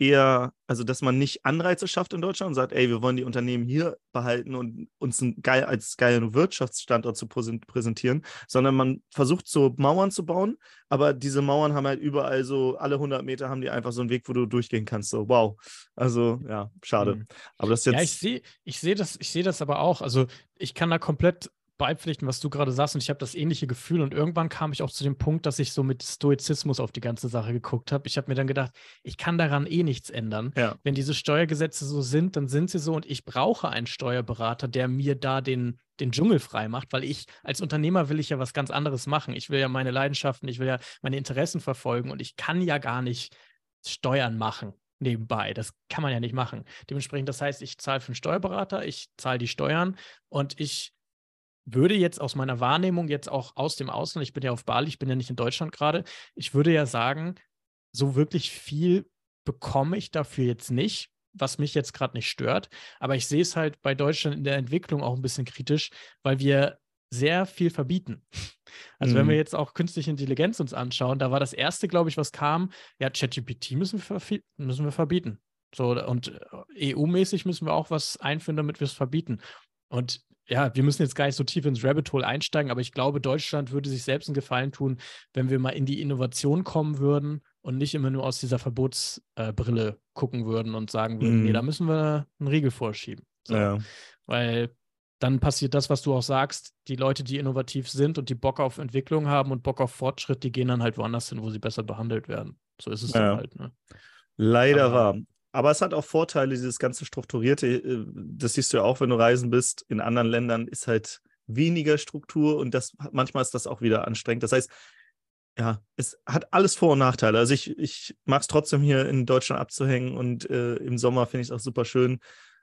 also dass man nicht Anreize schafft in Deutschland und sagt, ey, wir wollen die Unternehmen hier behalten und uns als geilen Wirtschaftsstandort zu präsentieren, sondern man versucht so Mauern zu bauen, aber diese Mauern haben halt überall so, alle 100 Meter haben die einfach so einen Weg, wo du durchgehen kannst. So, wow. Also, ja, schade. Hm. Aber das Ja, jetzt. ich sehe das aber auch. Also ich kann da komplett beipflichten, was du gerade sagst, und ich habe das ähnliche Gefühl. Und irgendwann kam ich auch zu dem Punkt, dass ich so mit Stoizismus auf die ganze Sache geguckt habe. Ich habe mir dann gedacht, ich kann daran eh nichts ändern. Ja. Wenn diese Steuergesetze so sind, dann sind sie so und ich brauche einen Steuerberater, der mir da den Dschungel frei macht, weil ich als Unternehmer will ich ja was ganz anderes machen. Ich will ja meine Leidenschaften, ich will ja meine Interessen verfolgen und ich kann ja gar nicht Steuern machen nebenbei. Das kann man ja nicht machen. Dementsprechend, das heißt, ich zahle für einen Steuerberater, ich zahle die Steuern und ich würde jetzt aus meiner Wahrnehmung jetzt auch aus dem Ausland, ich bin ja auf Bali, ich bin ja nicht in Deutschland gerade, ich würde ja sagen, so wirklich viel bekomme ich dafür jetzt nicht, was mich jetzt gerade nicht stört. Aber ich sehe es halt bei Deutschland in der Entwicklung auch ein bisschen kritisch, weil wir sehr viel verbieten. Also wenn wir Mhm. jetzt auch künstliche Intelligenz uns anschauen, da war das erste, glaube ich, was kam, ja, ChatGPT müssen wir verbieten. So, und EU-mäßig müssen wir auch was einführen, damit wir es verbieten. Und ja, wir müssen jetzt gar nicht so tief ins Rabbit Hole einsteigen, aber ich glaube, Deutschland würde sich selbst einen Gefallen tun, wenn wir mal in die Innovation kommen würden und nicht immer nur aus dieser Verbotsbrille gucken würden und sagen würden, nee, da Mhm. müssen wir einen Riegel vorschieben. So, Ja. weil dann passiert das, was du auch sagst, die Leute, die innovativ sind und die Bock auf Entwicklung haben und Bock auf Fortschritt, die gehen dann halt woanders hin, wo sie besser behandelt werden. So ist es dann Ja. halt, ne? Leider Aber wahr. Aber es hat auch Vorteile, dieses ganze Strukturierte. Das siehst du ja auch, wenn du reisen bist. In anderen Ländern ist halt weniger Struktur und manchmal ist das auch wieder anstrengend. Das heißt, ja, es hat alles Vor- und Nachteile. Also ich mag es trotzdem hier in Deutschland abzuhängen und im Sommer finde ich es auch super schön.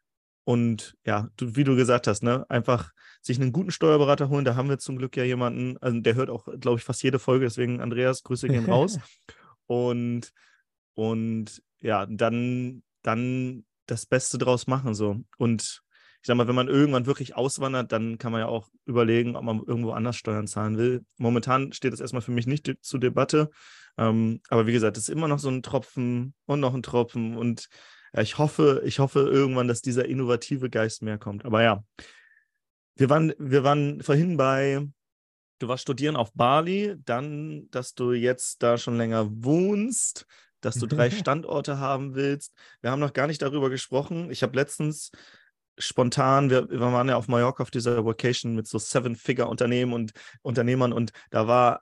Und ja, wie du gesagt hast, ne, einfach sich einen guten Steuerberater holen. Da haben wir zum Glück ja jemanden, also der hört auch, glaube ich, fast jede Folge. Deswegen, Andreas, Grüße gehen raus. Und ja, dann das Beste draus machen so. Und ich sag mal, wenn man irgendwann wirklich auswandert, dann kann man ja auch überlegen, ob man irgendwo anders Steuern zahlen will. Momentan steht das erstmal für mich nicht zur Debatte. Aber wie gesagt, es ist immer noch so ein Tropfen und noch ein Tropfen. Und ja, ich hoffe irgendwann, dass dieser innovative Geist mehr kommt. Aber ja, wir waren vorhin du warst studieren auf Bali, dann, dass du jetzt da schon länger wohnst, dass du 3 Standorte haben willst. Wir haben noch gar nicht darüber gesprochen. Ich habe letztens spontan, wir waren ja auf Mallorca auf dieser Vacation mit so Seven-Figure-Unternehmen und Unternehmern und da war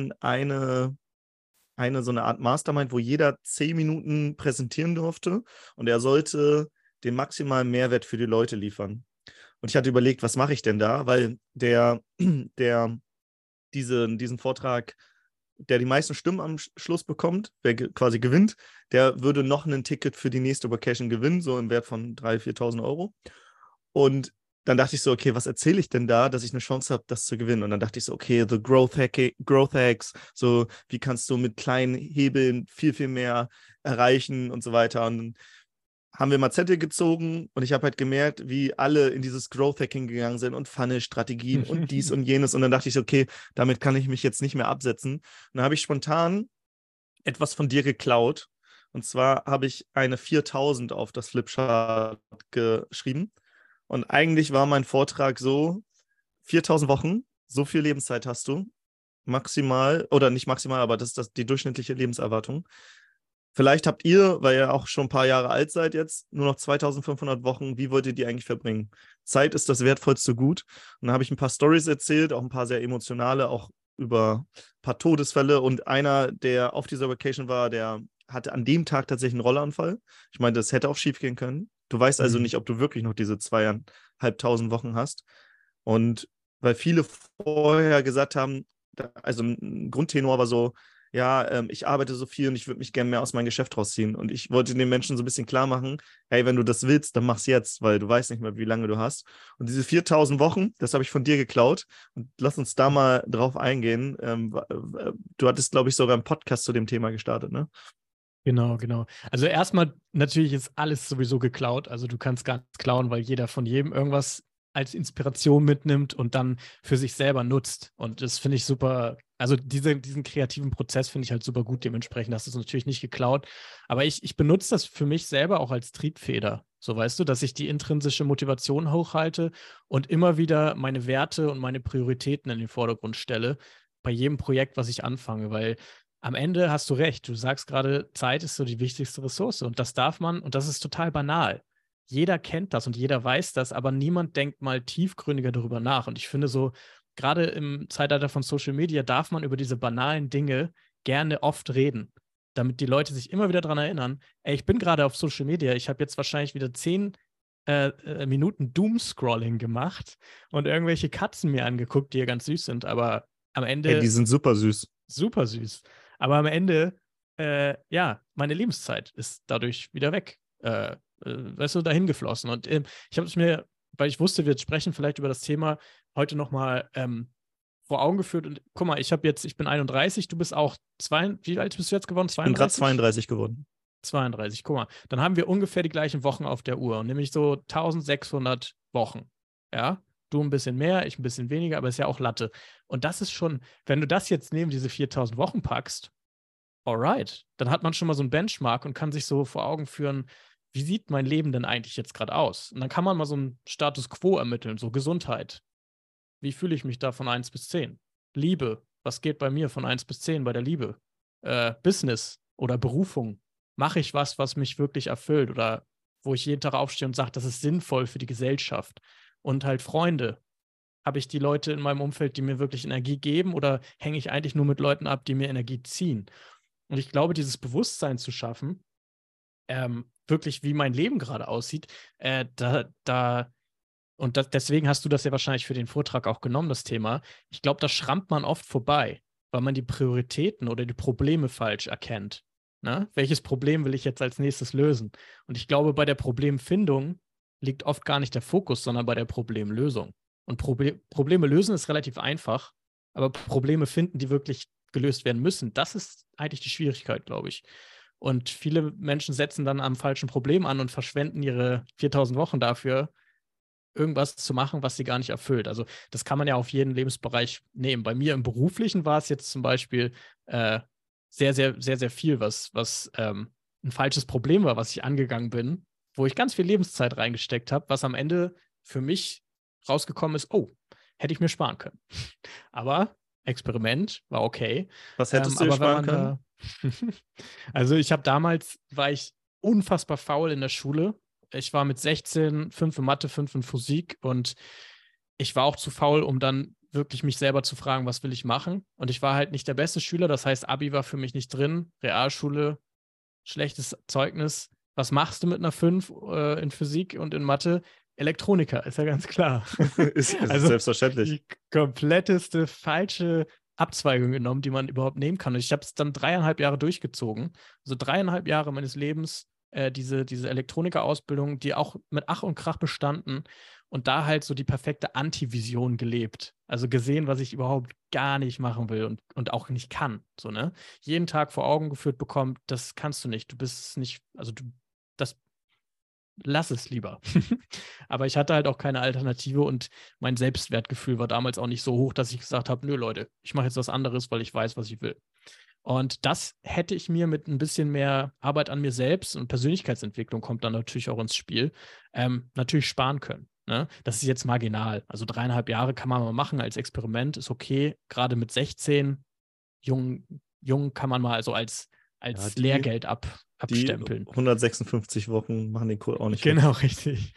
eine so eine Art Mastermind, wo jeder 10 Minuten präsentieren durfte und er sollte den maximalen Mehrwert für die Leute liefern. Und ich hatte überlegt, was mache ich denn da? Weil der diesen Vortrag, der die meisten Stimmen am Schluss bekommt, wer quasi gewinnt, der würde noch ein Ticket für die nächste Vacation gewinnen, so im Wert von 3.000, 4.000 Euro. Und dann dachte ich so, okay, was erzähle ich denn da, dass ich eine Chance habe, das zu gewinnen? Und dann dachte ich so, okay, the Growth Hacks, so wie kannst du mit kleinen Hebeln viel, viel mehr erreichen und so weiter. Und dann haben wir mal Zettel gezogen und ich habe halt gemerkt, wie alle in dieses Growth Hacking gegangen sind und Funnel-Strategien und dies und jenes. Und dann dachte ich, so, okay, damit kann ich mich jetzt nicht mehr absetzen. Und dann habe ich spontan etwas von dir geklaut. Und zwar habe ich eine 4.000 auf das Flipchart geschrieben. Und eigentlich war mein Vortrag so, 4.000 Wochen, so viel Lebenszeit hast du, maximal, oder nicht maximal, aber das ist die durchschnittliche Lebenserwartung. Vielleicht habt ihr, weil ihr auch schon ein paar Jahre alt seid jetzt, nur noch 2.500 Wochen. Wie wollt ihr die eigentlich verbringen? Zeit ist das wertvollste Gut. Und dann habe ich ein paar Stories erzählt, auch ein paar sehr emotionale, auch über ein paar Todesfälle. Und einer, der auf dieser Vacation war, der hatte an dem Tag tatsächlich einen Rollanfall. Ich meine, das hätte auch schief gehen können. Du weißt also Hm. nicht, ob du wirklich noch diese 2.500 Wochen hast. Und weil viele vorher gesagt haben, also ein Grundtenor war so, ja, ich arbeite so viel und ich würde mich gerne mehr aus meinem Geschäft rausziehen. Und ich wollte den Menschen so ein bisschen klar machen, hey, wenn du das willst, dann mach's jetzt, weil du weißt nicht mehr, wie lange du hast. Und diese 4000 Wochen, das habe ich von dir geklaut. Und lass uns da mal drauf eingehen. Du hattest, glaube ich, sogar einen Podcast zu dem Thema gestartet, ne? Genau, genau. Also erstmal, natürlich ist alles sowieso geklaut. Also du kannst gar nichts klauen, weil jeder von jedem irgendwas als Inspiration mitnimmt und dann für sich selber nutzt. Und das finde ich super. Also diesen kreativen Prozess finde ich halt super gut. Dementsprechend hast du es natürlich nicht geklaut. Aber ich benutze das für mich selber auch als Triebfeder. So weißt du, dass ich die intrinsische Motivation hochhalte und immer wieder meine Werte und meine Prioritäten in den Vordergrund stelle bei jedem Projekt, was ich anfange, weil am Ende hast du recht. Du sagst gerade, Zeit ist so die wichtigste Ressource und das darf man, und das ist total banal. Jeder kennt das und jeder weiß das, aber niemand denkt mal tiefgründiger darüber nach. Und ich finde so, gerade im Zeitalter von Social Media darf man über diese banalen Dinge gerne oft reden, damit die Leute sich immer wieder daran erinnern, ey, ich bin gerade auf Social Media, ich habe jetzt wahrscheinlich wieder 10 Minuten Doom-Scrolling gemacht und irgendwelche Katzen mir angeguckt, die ja ganz süß sind, aber am Hey, die Ende sind super süß. super süß. Aber am Ende, ja, meine Lebenszeit ist dadurch wieder weg. Weißt du, dahin geflossen. Und ich habe es mir, weil ich wusste, wir sprechen vielleicht über das Thema, heute nochmal vor Augen geführt. Und guck mal, ich bin 31, du bist auch wie alt bist du jetzt geworden? Ich bin gerade 32? 32 geworden. 32, guck mal. Dann haben wir ungefähr die gleichen Wochen auf der Uhr, nämlich so 1600 Wochen. Ja, du ein bisschen mehr, ich ein bisschen weniger, aber ist ja auch Latte. Und das ist schon, wenn du das jetzt neben diese 4000 Wochen packst, alright, dann hat man schon mal so ein Benchmark und kann sich so vor Augen führen, wie sieht mein Leben denn eigentlich jetzt gerade aus? Und dann kann man mal so einen Status quo ermitteln, so Gesundheit. Wie fühle ich mich da von 1 bis 10? Liebe, was geht bei mir von 1 bis 10 bei der Liebe? Business oder Berufung. Mache ich was, was mich wirklich erfüllt oder wo ich jeden Tag aufstehe und sage, das ist sinnvoll für die Gesellschaft? Und halt Freunde. Habe ich die Leute in meinem Umfeld, die mir wirklich Energie geben oder hänge ich eigentlich nur mit Leuten ab, die mir Energie ziehen? Und ich glaube, dieses Bewusstsein zu schaffen, wirklich wie mein Leben gerade aussieht, deswegen hast du das ja wahrscheinlich für den Vortrag auch genommen, das Thema. Ich glaube, da schrammt man oft vorbei, weil man die Prioritäten oder die Probleme falsch erkennt. Ne? Welches Problem will ich jetzt als nächstes lösen? Und ich glaube, bei der Problemfindung liegt oft gar nicht der Fokus, sondern bei der Problemlösung. Und Probleme lösen ist relativ einfach, aber Probleme finden, die wirklich gelöst werden müssen, das ist eigentlich die Schwierigkeit, glaube ich. Und viele Menschen setzen dann am falschen Problem an und verschwenden ihre 4000 Wochen dafür, irgendwas zu machen, was sie gar nicht erfüllt. Also das kann man ja auf jeden Lebensbereich nehmen. Bei mir im Beruflichen war es jetzt zum Beispiel sehr, sehr, sehr, sehr viel, was ein falsches Problem war, was ich angegangen bin, wo ich ganz viel Lebenszeit reingesteckt habe, was am Ende für mich rausgekommen ist, oh, hätte ich mir sparen können. Aber Experiment war okay. Was hättest du dir Aber wenn sparen man können? da, also war ich unfassbar faul in der Schule. Ich war mit 16 5 in Mathe, 5 in Physik und ich war auch zu faul, um dann wirklich mich selber zu fragen, was will ich machen? Und ich war halt nicht der beste Schüler, das heißt, Abi war für mich nicht drin, Realschule, schlechtes Zeugnis. Was machst du mit einer 5 in Physik und in Mathe? Elektroniker, ist ja ganz klar. Ist Also selbstverständlich. die kompletteste falsche Abzweigung genommen, die man überhaupt nehmen kann. Und ich habe es dann 3,5 Jahre durchgezogen. Also 3,5 Jahre meines Lebens diese Elektronikerausbildung, die auch mit Ach und Krach bestanden und da halt so die perfekte Antivision gelebt. Also gesehen, was ich überhaupt gar nicht machen will und auch nicht kann. So, ne? Jeden Tag vor Augen geführt bekommen, das kannst du nicht. Du bist nicht, also das lass es lieber. Aber ich hatte halt auch keine Alternative und mein Selbstwertgefühl war damals auch nicht so hoch, dass ich gesagt habe, nö Leute, ich mache jetzt was anderes, weil ich weiß, was ich will. Und das hätte ich mir mit ein bisschen mehr Arbeit an mir selbst und Persönlichkeitsentwicklung kommt dann natürlich auch ins Spiel, natürlich sparen können. Ne? Das ist jetzt marginal. Also 3,5 Jahre kann man mal machen als Experiment, ist okay. Gerade mit 16, jung, jung kann man mal also Ja, als die, Lehrgeld die abstempeln. 156 Wochen machen den Kohl auch nicht fett. Genau, richtig.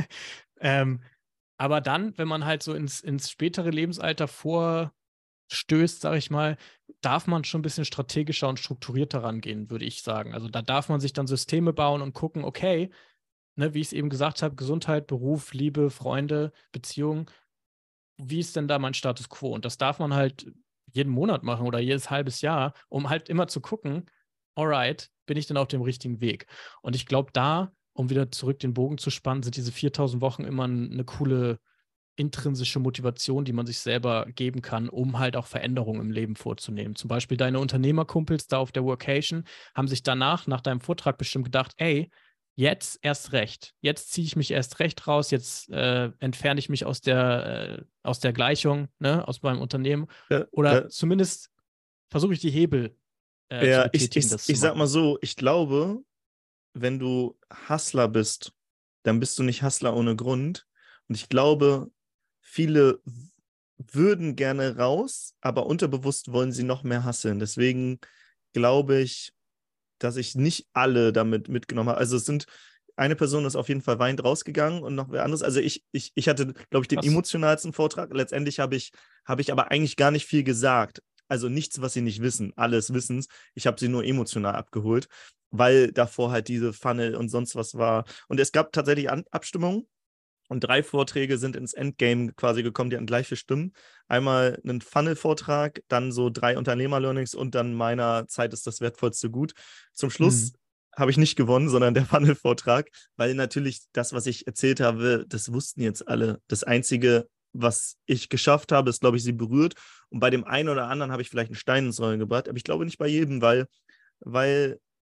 ähm, aber dann, wenn man halt so ins spätere Lebensalter vorstößt, sage ich mal, darf man schon ein bisschen strategischer und strukturierter rangehen, würde ich sagen. Also da darf man sich dann Systeme bauen und gucken, okay, ne, wie ich es eben gesagt habe, Gesundheit, Beruf, Liebe, Freunde, Beziehungen, wie ist denn da mein Status quo? Und das darf man halt jeden Monat machen oder jedes halbes Jahr, um halt immer zu gucken, alright, bin ich denn auf dem richtigen Weg? Und ich glaube, da, um wieder zurück den Bogen zu spannen, sind diese 4000 Wochen immer eine coole intrinsische Motivation, die man sich selber geben kann, um halt auch Veränderungen im Leben vorzunehmen. Zum Beispiel deine Unternehmerkumpels da auf der Workation haben sich danach, nach deinem Vortrag bestimmt gedacht, ey, jetzt erst recht. Jetzt ziehe ich mich erst recht raus, jetzt entferne ich mich aus der Gleichung, ne, aus meinem Unternehmen. Ja, Oder zumindest versuche ich die Hebel zu ja, betätigen, das zu ich sag mal machen. so, ich glaube, wenn du Hustler bist, dann bist du nicht Hustler ohne Grund. Und ich glaube, viele würden gerne raus, aber unterbewusst wollen sie noch mehr hustlen. Deswegen glaube ich, dass ich nicht alle damit mitgenommen habe. Also eine Person ist auf jeden Fall weinend rausgegangen und noch wer anderes. Also ich hatte, glaube ich, den Was? emotionalsten Vortrag. Letztendlich habe ich aber eigentlich gar nicht viel gesagt. Also nichts, was sie nicht wissen. Alles Wissens. Ich habe sie nur emotional abgeholt, weil davor halt diese Funnel und sonst was war. Und es gab tatsächlich Abstimmungen. Und 3 Vorträge sind ins Endgame quasi gekommen, die hatten gleich 4 Stimmen. Einmal einen Funnel-Vortrag, dann so 3 Unternehmer-Learnings und dann meiner Zeit ist das wertvollste Gut. Zum Mhm. Schluss habe ich nicht gewonnen, sondern der Funnel-Vortrag, weil natürlich das, was ich erzählt habe, das wussten jetzt alle. Das Einzige, was ich geschafft habe, ist, glaube ich, sie berührt. Und bei dem einen oder anderen habe ich vielleicht einen Stein ins Rollen gebracht, aber ich glaube nicht bei jedem, weil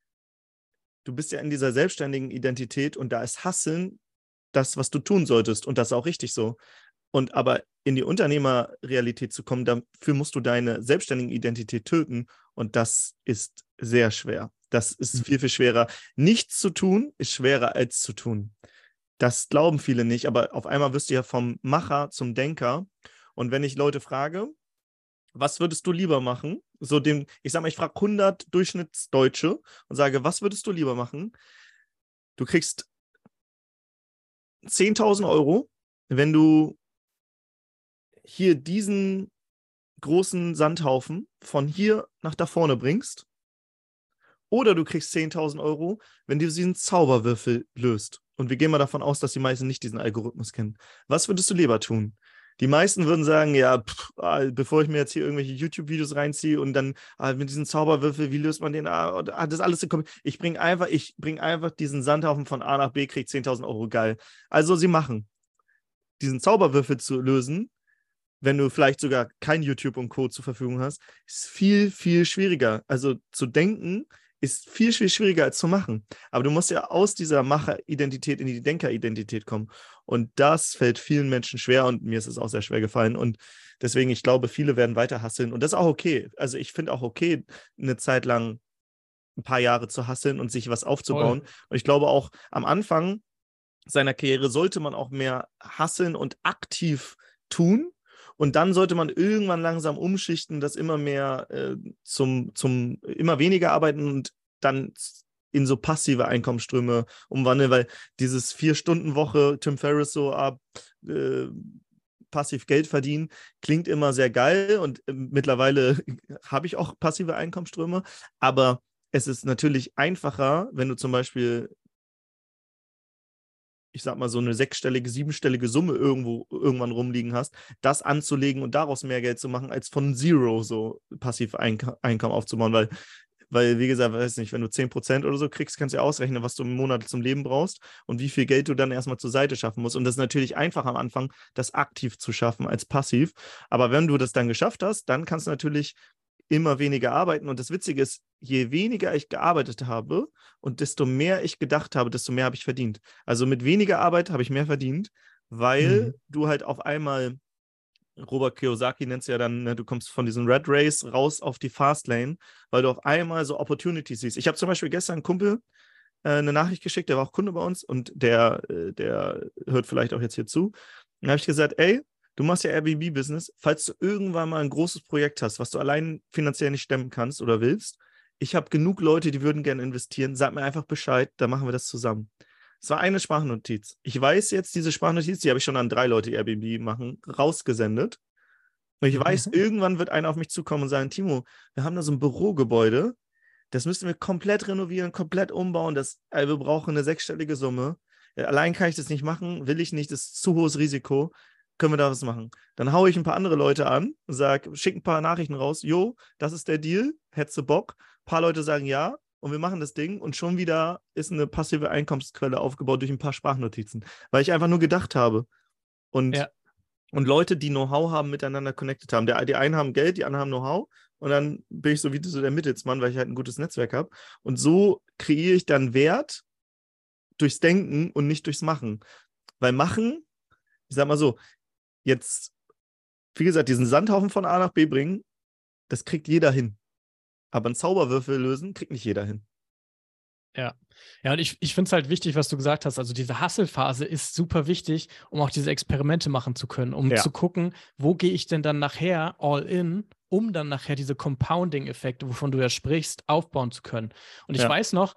du bist ja in dieser selbstständigen Identität und da ist Hasseln das, was du tun solltest. Und das ist auch richtig so. Und aber in die Unternehmerrealität zu kommen, dafür musst du deine selbstständige Identität töten. Und das ist sehr schwer. Das ist Mhm. viel, viel schwerer. Nichts zu tun ist schwerer als zu tun. Das glauben viele nicht, aber auf einmal wirst du ja vom Macher zum Denker. Und wenn ich Leute frage, was würdest du lieber machen? Ich sag mal, ich frage 100 Durchschnittsdeutsche und sage, was würdest du lieber machen? Du kriegst 10.000 Euro, wenn du hier diesen großen Sandhaufen von hier nach da vorne bringst. Oder du kriegst 10.000 Euro, wenn du diesen Zauberwürfel löst. Und wir gehen mal davon aus, dass die meisten nicht diesen Algorithmus kennen. Was würdest du lieber tun? Die meisten würden sagen, ja, bevor ich mir jetzt hier irgendwelche YouTube-Videos reinziehe und dann mit diesem Zauberwürfel, wie löst man den? Das alles. Ich bringe einfach diesen Sandhaufen von A nach B, krieg 10.000 Euro, geil. Also sie machen. Diesen Zauberwürfel zu lösen, wenn du vielleicht sogar kein YouTube und Co. zur Verfügung hast, ist viel, viel schwieriger. Also zu denken ist viel, viel schwieriger als zu machen. Aber du musst ja aus dieser Macheridentität in die Denkeridentität kommen. Und das fällt vielen Menschen schwer und mir ist es auch sehr schwer gefallen. Und deswegen, ich glaube, viele werden weiter hasseln. Und das ist auch okay. Also ich finde auch okay, eine Zeit lang ein paar Jahre zu hasseln und sich was Voll. aufzubauen. Und ich glaube auch am Anfang seiner Karriere sollte man auch mehr hasseln und aktiv tun. Und dann sollte man irgendwann langsam umschichten, das immer mehr zum immer weniger arbeiten und dann in so passive Einkommensströme umwandeln, weil dieses 4-Stunden-Woche, Tim Ferriss so äh, passiv Geld verdienen, klingt immer sehr geil und mittlerweile habe ich auch passive Einkommensströme, aber es ist natürlich einfacher, wenn du zum Beispiel ich sag mal, so eine 6-stellige, 7-stellige Summe irgendwann rumliegen hast, das anzulegen und daraus mehr Geld zu machen, als von Zero so passiv Einkommen aufzubauen, weil, wie gesagt, weiß nicht, wenn du 10% oder so kriegst, kannst du ja ausrechnen, was du im Monat zum Leben brauchst und wie viel Geld du dann erstmal zur Seite schaffen musst. Und das ist natürlich einfach am Anfang, das aktiv zu schaffen als passiv. Aber wenn du das dann geschafft hast, dann kannst du natürlich immer weniger arbeiten. Und das Witzige ist, je weniger ich gearbeitet habe und desto mehr ich gedacht habe, desto mehr habe ich verdient. Also mit weniger Arbeit habe ich mehr verdient, weil Mhm. du halt auf einmal, Robert Kiyosaki nennt es ja dann, ne, du kommst von diesem Red Race raus auf die Fast Lane, weil du auf einmal so Opportunities siehst. Ich habe zum Beispiel gestern einen Kumpel eine Nachricht geschickt, der war auch Kunde bei uns und der hört vielleicht auch jetzt hier zu. Dann habe ich gesagt, ey, du machst ja Airbnb-Business, falls du irgendwann mal ein großes Projekt hast, was du allein finanziell nicht stemmen kannst oder willst, ich habe genug Leute, die würden gerne investieren, sag mir einfach Bescheid, dann machen wir das zusammen. Es war eine Sprachnotiz. Ich weiß jetzt, diese Sprachnotiz, die habe ich schon an 3 Leute, die Airbnb machen, rausgesendet. Und ich weiß, irgendwann wird einer auf mich zukommen und sagen, Timo, wir haben da so ein Bürogebäude, das müssen wir komplett renovieren, komplett umbauen. Wir brauchen eine 6-stellige Summe. Allein kann ich das nicht machen, will ich nicht, das ist zu hohes Risiko. können wir da was machen? Dann haue ich ein paar andere Leute an und schicke ein paar Nachrichten raus, jo, das ist der Deal, hättest du Bock? Ein paar Leute sagen ja und wir machen das Ding und schon wieder ist eine passive Einkommensquelle aufgebaut durch ein paar Sprachnotizen, weil ich einfach nur gedacht habe und, Ja. und Leute, die Know-how haben, miteinander connected haben. Die einen haben Geld, die anderen haben Know-how und dann bin ich so wie so der Mittelsmann, weil ich halt ein gutes Netzwerk habe und so kreiere ich dann Wert durchs Denken und nicht durchs Machen, weil Machen, ich sag mal so, jetzt, wie gesagt, diesen Sandhaufen von A nach B bringen, das kriegt jeder hin. Aber einen Zauberwürfel lösen, kriegt nicht jeder hin. Ja. Ja, und ich finde es halt wichtig, was du gesagt hast. Also diese Hustle-Phase ist super wichtig, um auch diese Experimente machen zu können, um zu gucken, wo gehe ich denn dann nachher all in, um dann nachher diese Compounding-Effekte, wovon du ja sprichst, aufbauen zu können. Und ich weiß noch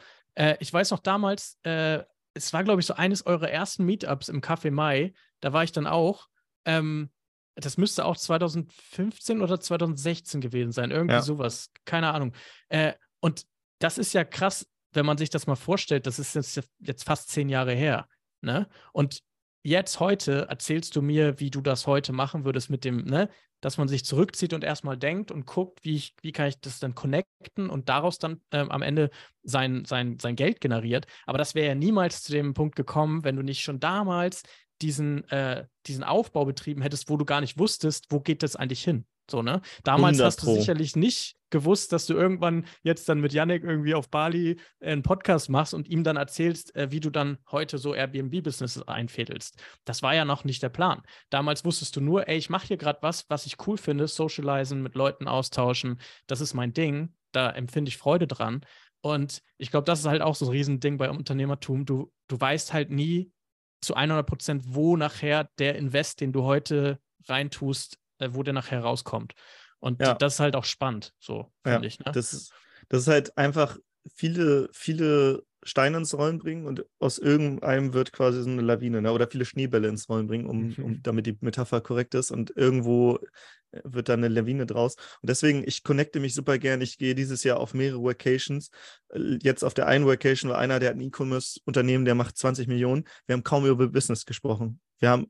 damals, es war, glaube ich, so eines eurer ersten Meetups im Café Mai, da war ich dann auch, das müsste auch 2015 oder 2016 gewesen sein, irgendwie sowas, keine Ahnung. Und das ist ja krass, wenn man sich das mal vorstellt, das ist jetzt fast 10 Jahre her, ne? Und jetzt heute erzählst du mir, wie du das heute machen würdest mit dem, ne, dass man sich zurückzieht und erstmal denkt und guckt, wie kann ich das dann connecten und daraus dann am Ende sein Geld generiert. Aber das wäre ja niemals zu dem Punkt gekommen, wenn du nicht schon damals diesen Aufbau betrieben hättest, wo du gar nicht wusstest, wo geht das eigentlich hin? So, ne? Damals 100 hast du Pro. sicherlich nicht gewusst, dass du irgendwann jetzt dann mit Yannick irgendwie auf Bali einen Podcast machst und ihm dann erzählst, wie du dann heute so Airbnb-Business einfädelst. Das war ja noch nicht der Plan. Damals wusstest du nur, ey, ich mache hier gerade was ich cool finde, socialisen, mit Leuten austauschen, das ist mein Ding, da empfinde ich Freude dran. Und ich glaube, das ist halt auch so ein Riesending bei Unternehmertum. Du weißt halt nie zu 100%, wo nachher der Invest, den du heute reintust, wo der nachher rauskommt. Und das ist halt auch spannend, so, finde ich. Ne? Das ist halt einfach viele Steine ins Rollen bringen und aus irgendeinem wird quasi so eine Lawine, ne? Oder viele Schneebälle ins Rollen bringen, damit die Metapher korrekt ist und irgendwo wird da eine Lawine draus. Und deswegen, ich connecte mich super gern. Ich gehe dieses Jahr auf mehrere Vacations. Jetzt auf der einen Vacation war einer, der hat ein E-Commerce-Unternehmen, der macht 20 Millionen. Wir haben kaum über Business gesprochen.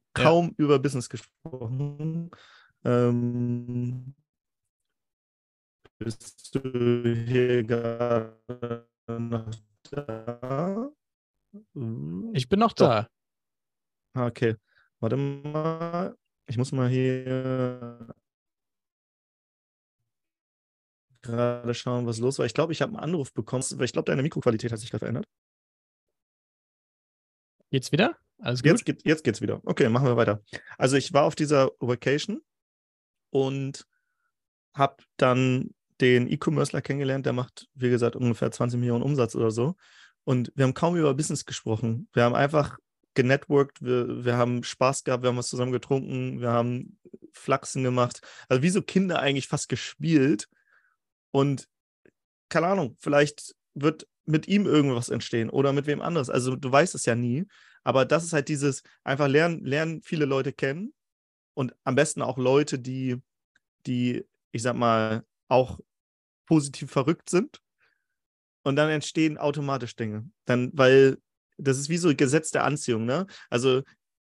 Bist du hier gerade noch da? Ich bin noch Doch. da. Okay. Warte mal. Ich muss mal hier gerade schauen, was los war. Ich glaube, ich habe einen Anruf bekommen, weil ich glaube, deine Mikroqualität hat sich gerade verändert. Geht's wieder? Alles gut? Jetzt geht's wieder. Okay, machen wir weiter. Also ich war auf dieser Vacation und habe dann den E-Commercer kennengelernt, der macht, wie gesagt, ungefähr 20 Millionen Umsatz oder so. Und wir haben kaum über Business gesprochen. Wir haben einfach genetworked, wir haben Spaß gehabt, wir haben was zusammen getrunken, wir haben Flachsen gemacht. Also wie so Kinder eigentlich fast gespielt. Und keine Ahnung, vielleicht wird mit ihm irgendwas entstehen oder mit wem anderes. Also du weißt es ja nie. Aber das ist halt dieses, einfach lernen viele Leute kennen und am besten auch Leute, die, ich sag mal, auch positiv verrückt sind. Und dann entstehen automatisch Dinge. Weil das ist wie so ein Gesetz der Anziehung, ne? Also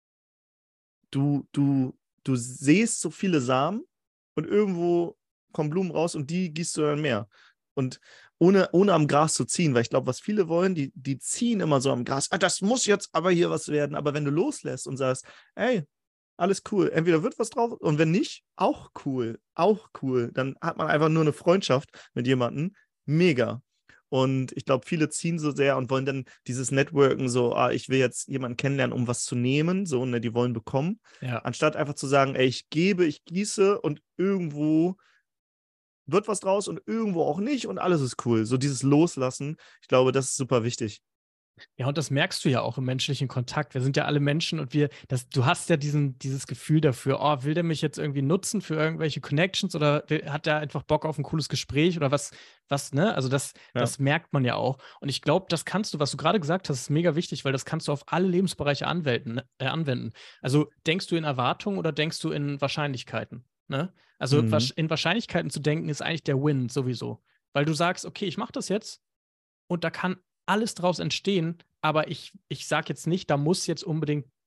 du säst so viele Samen und irgendwo kommen Blumen raus und die gießt du dann mehr. Und ohne am Gras zu ziehen, weil ich glaube, was viele wollen, die ziehen immer so am Gras. Das muss jetzt aber hier was werden. Aber wenn du loslässt und sagst, ey, alles cool, entweder wird was drauf und wenn nicht, auch cool. Dann hat man einfach nur eine Freundschaft mit jemandem. Mega. Und ich glaube, viele ziehen so sehr und wollen dann dieses Networken so, ich will jetzt jemanden kennenlernen, um was zu nehmen, so, ne, die wollen bekommen. Ja. Anstatt einfach zu sagen, ey, ich gebe, ich gieße und irgendwo wird was draus und irgendwo auch nicht und alles ist cool. So dieses Loslassen, ich glaube, das ist super wichtig. Ja, und das merkst du ja auch im menschlichen Kontakt. Wir sind ja alle Menschen und du hast ja dieses Gefühl dafür, oh, will der mich jetzt irgendwie nutzen für irgendwelche Connections oder hat der einfach Bock auf ein cooles Gespräch oder was, ne? Also das merkt man ja auch. Und ich glaube, das kannst du, was du gerade gesagt hast, ist mega wichtig, weil das kannst du auf alle Lebensbereiche anwenden. Also denkst du in Erwartungen oder denkst du in Wahrscheinlichkeiten? Ne? Also in Wahrscheinlichkeiten zu denken ist eigentlich der Win sowieso. Weil du sagst, okay, ich mache das jetzt und da kann alles draus entstehen, aber ich sage jetzt nicht, da muss jetzt unbedingt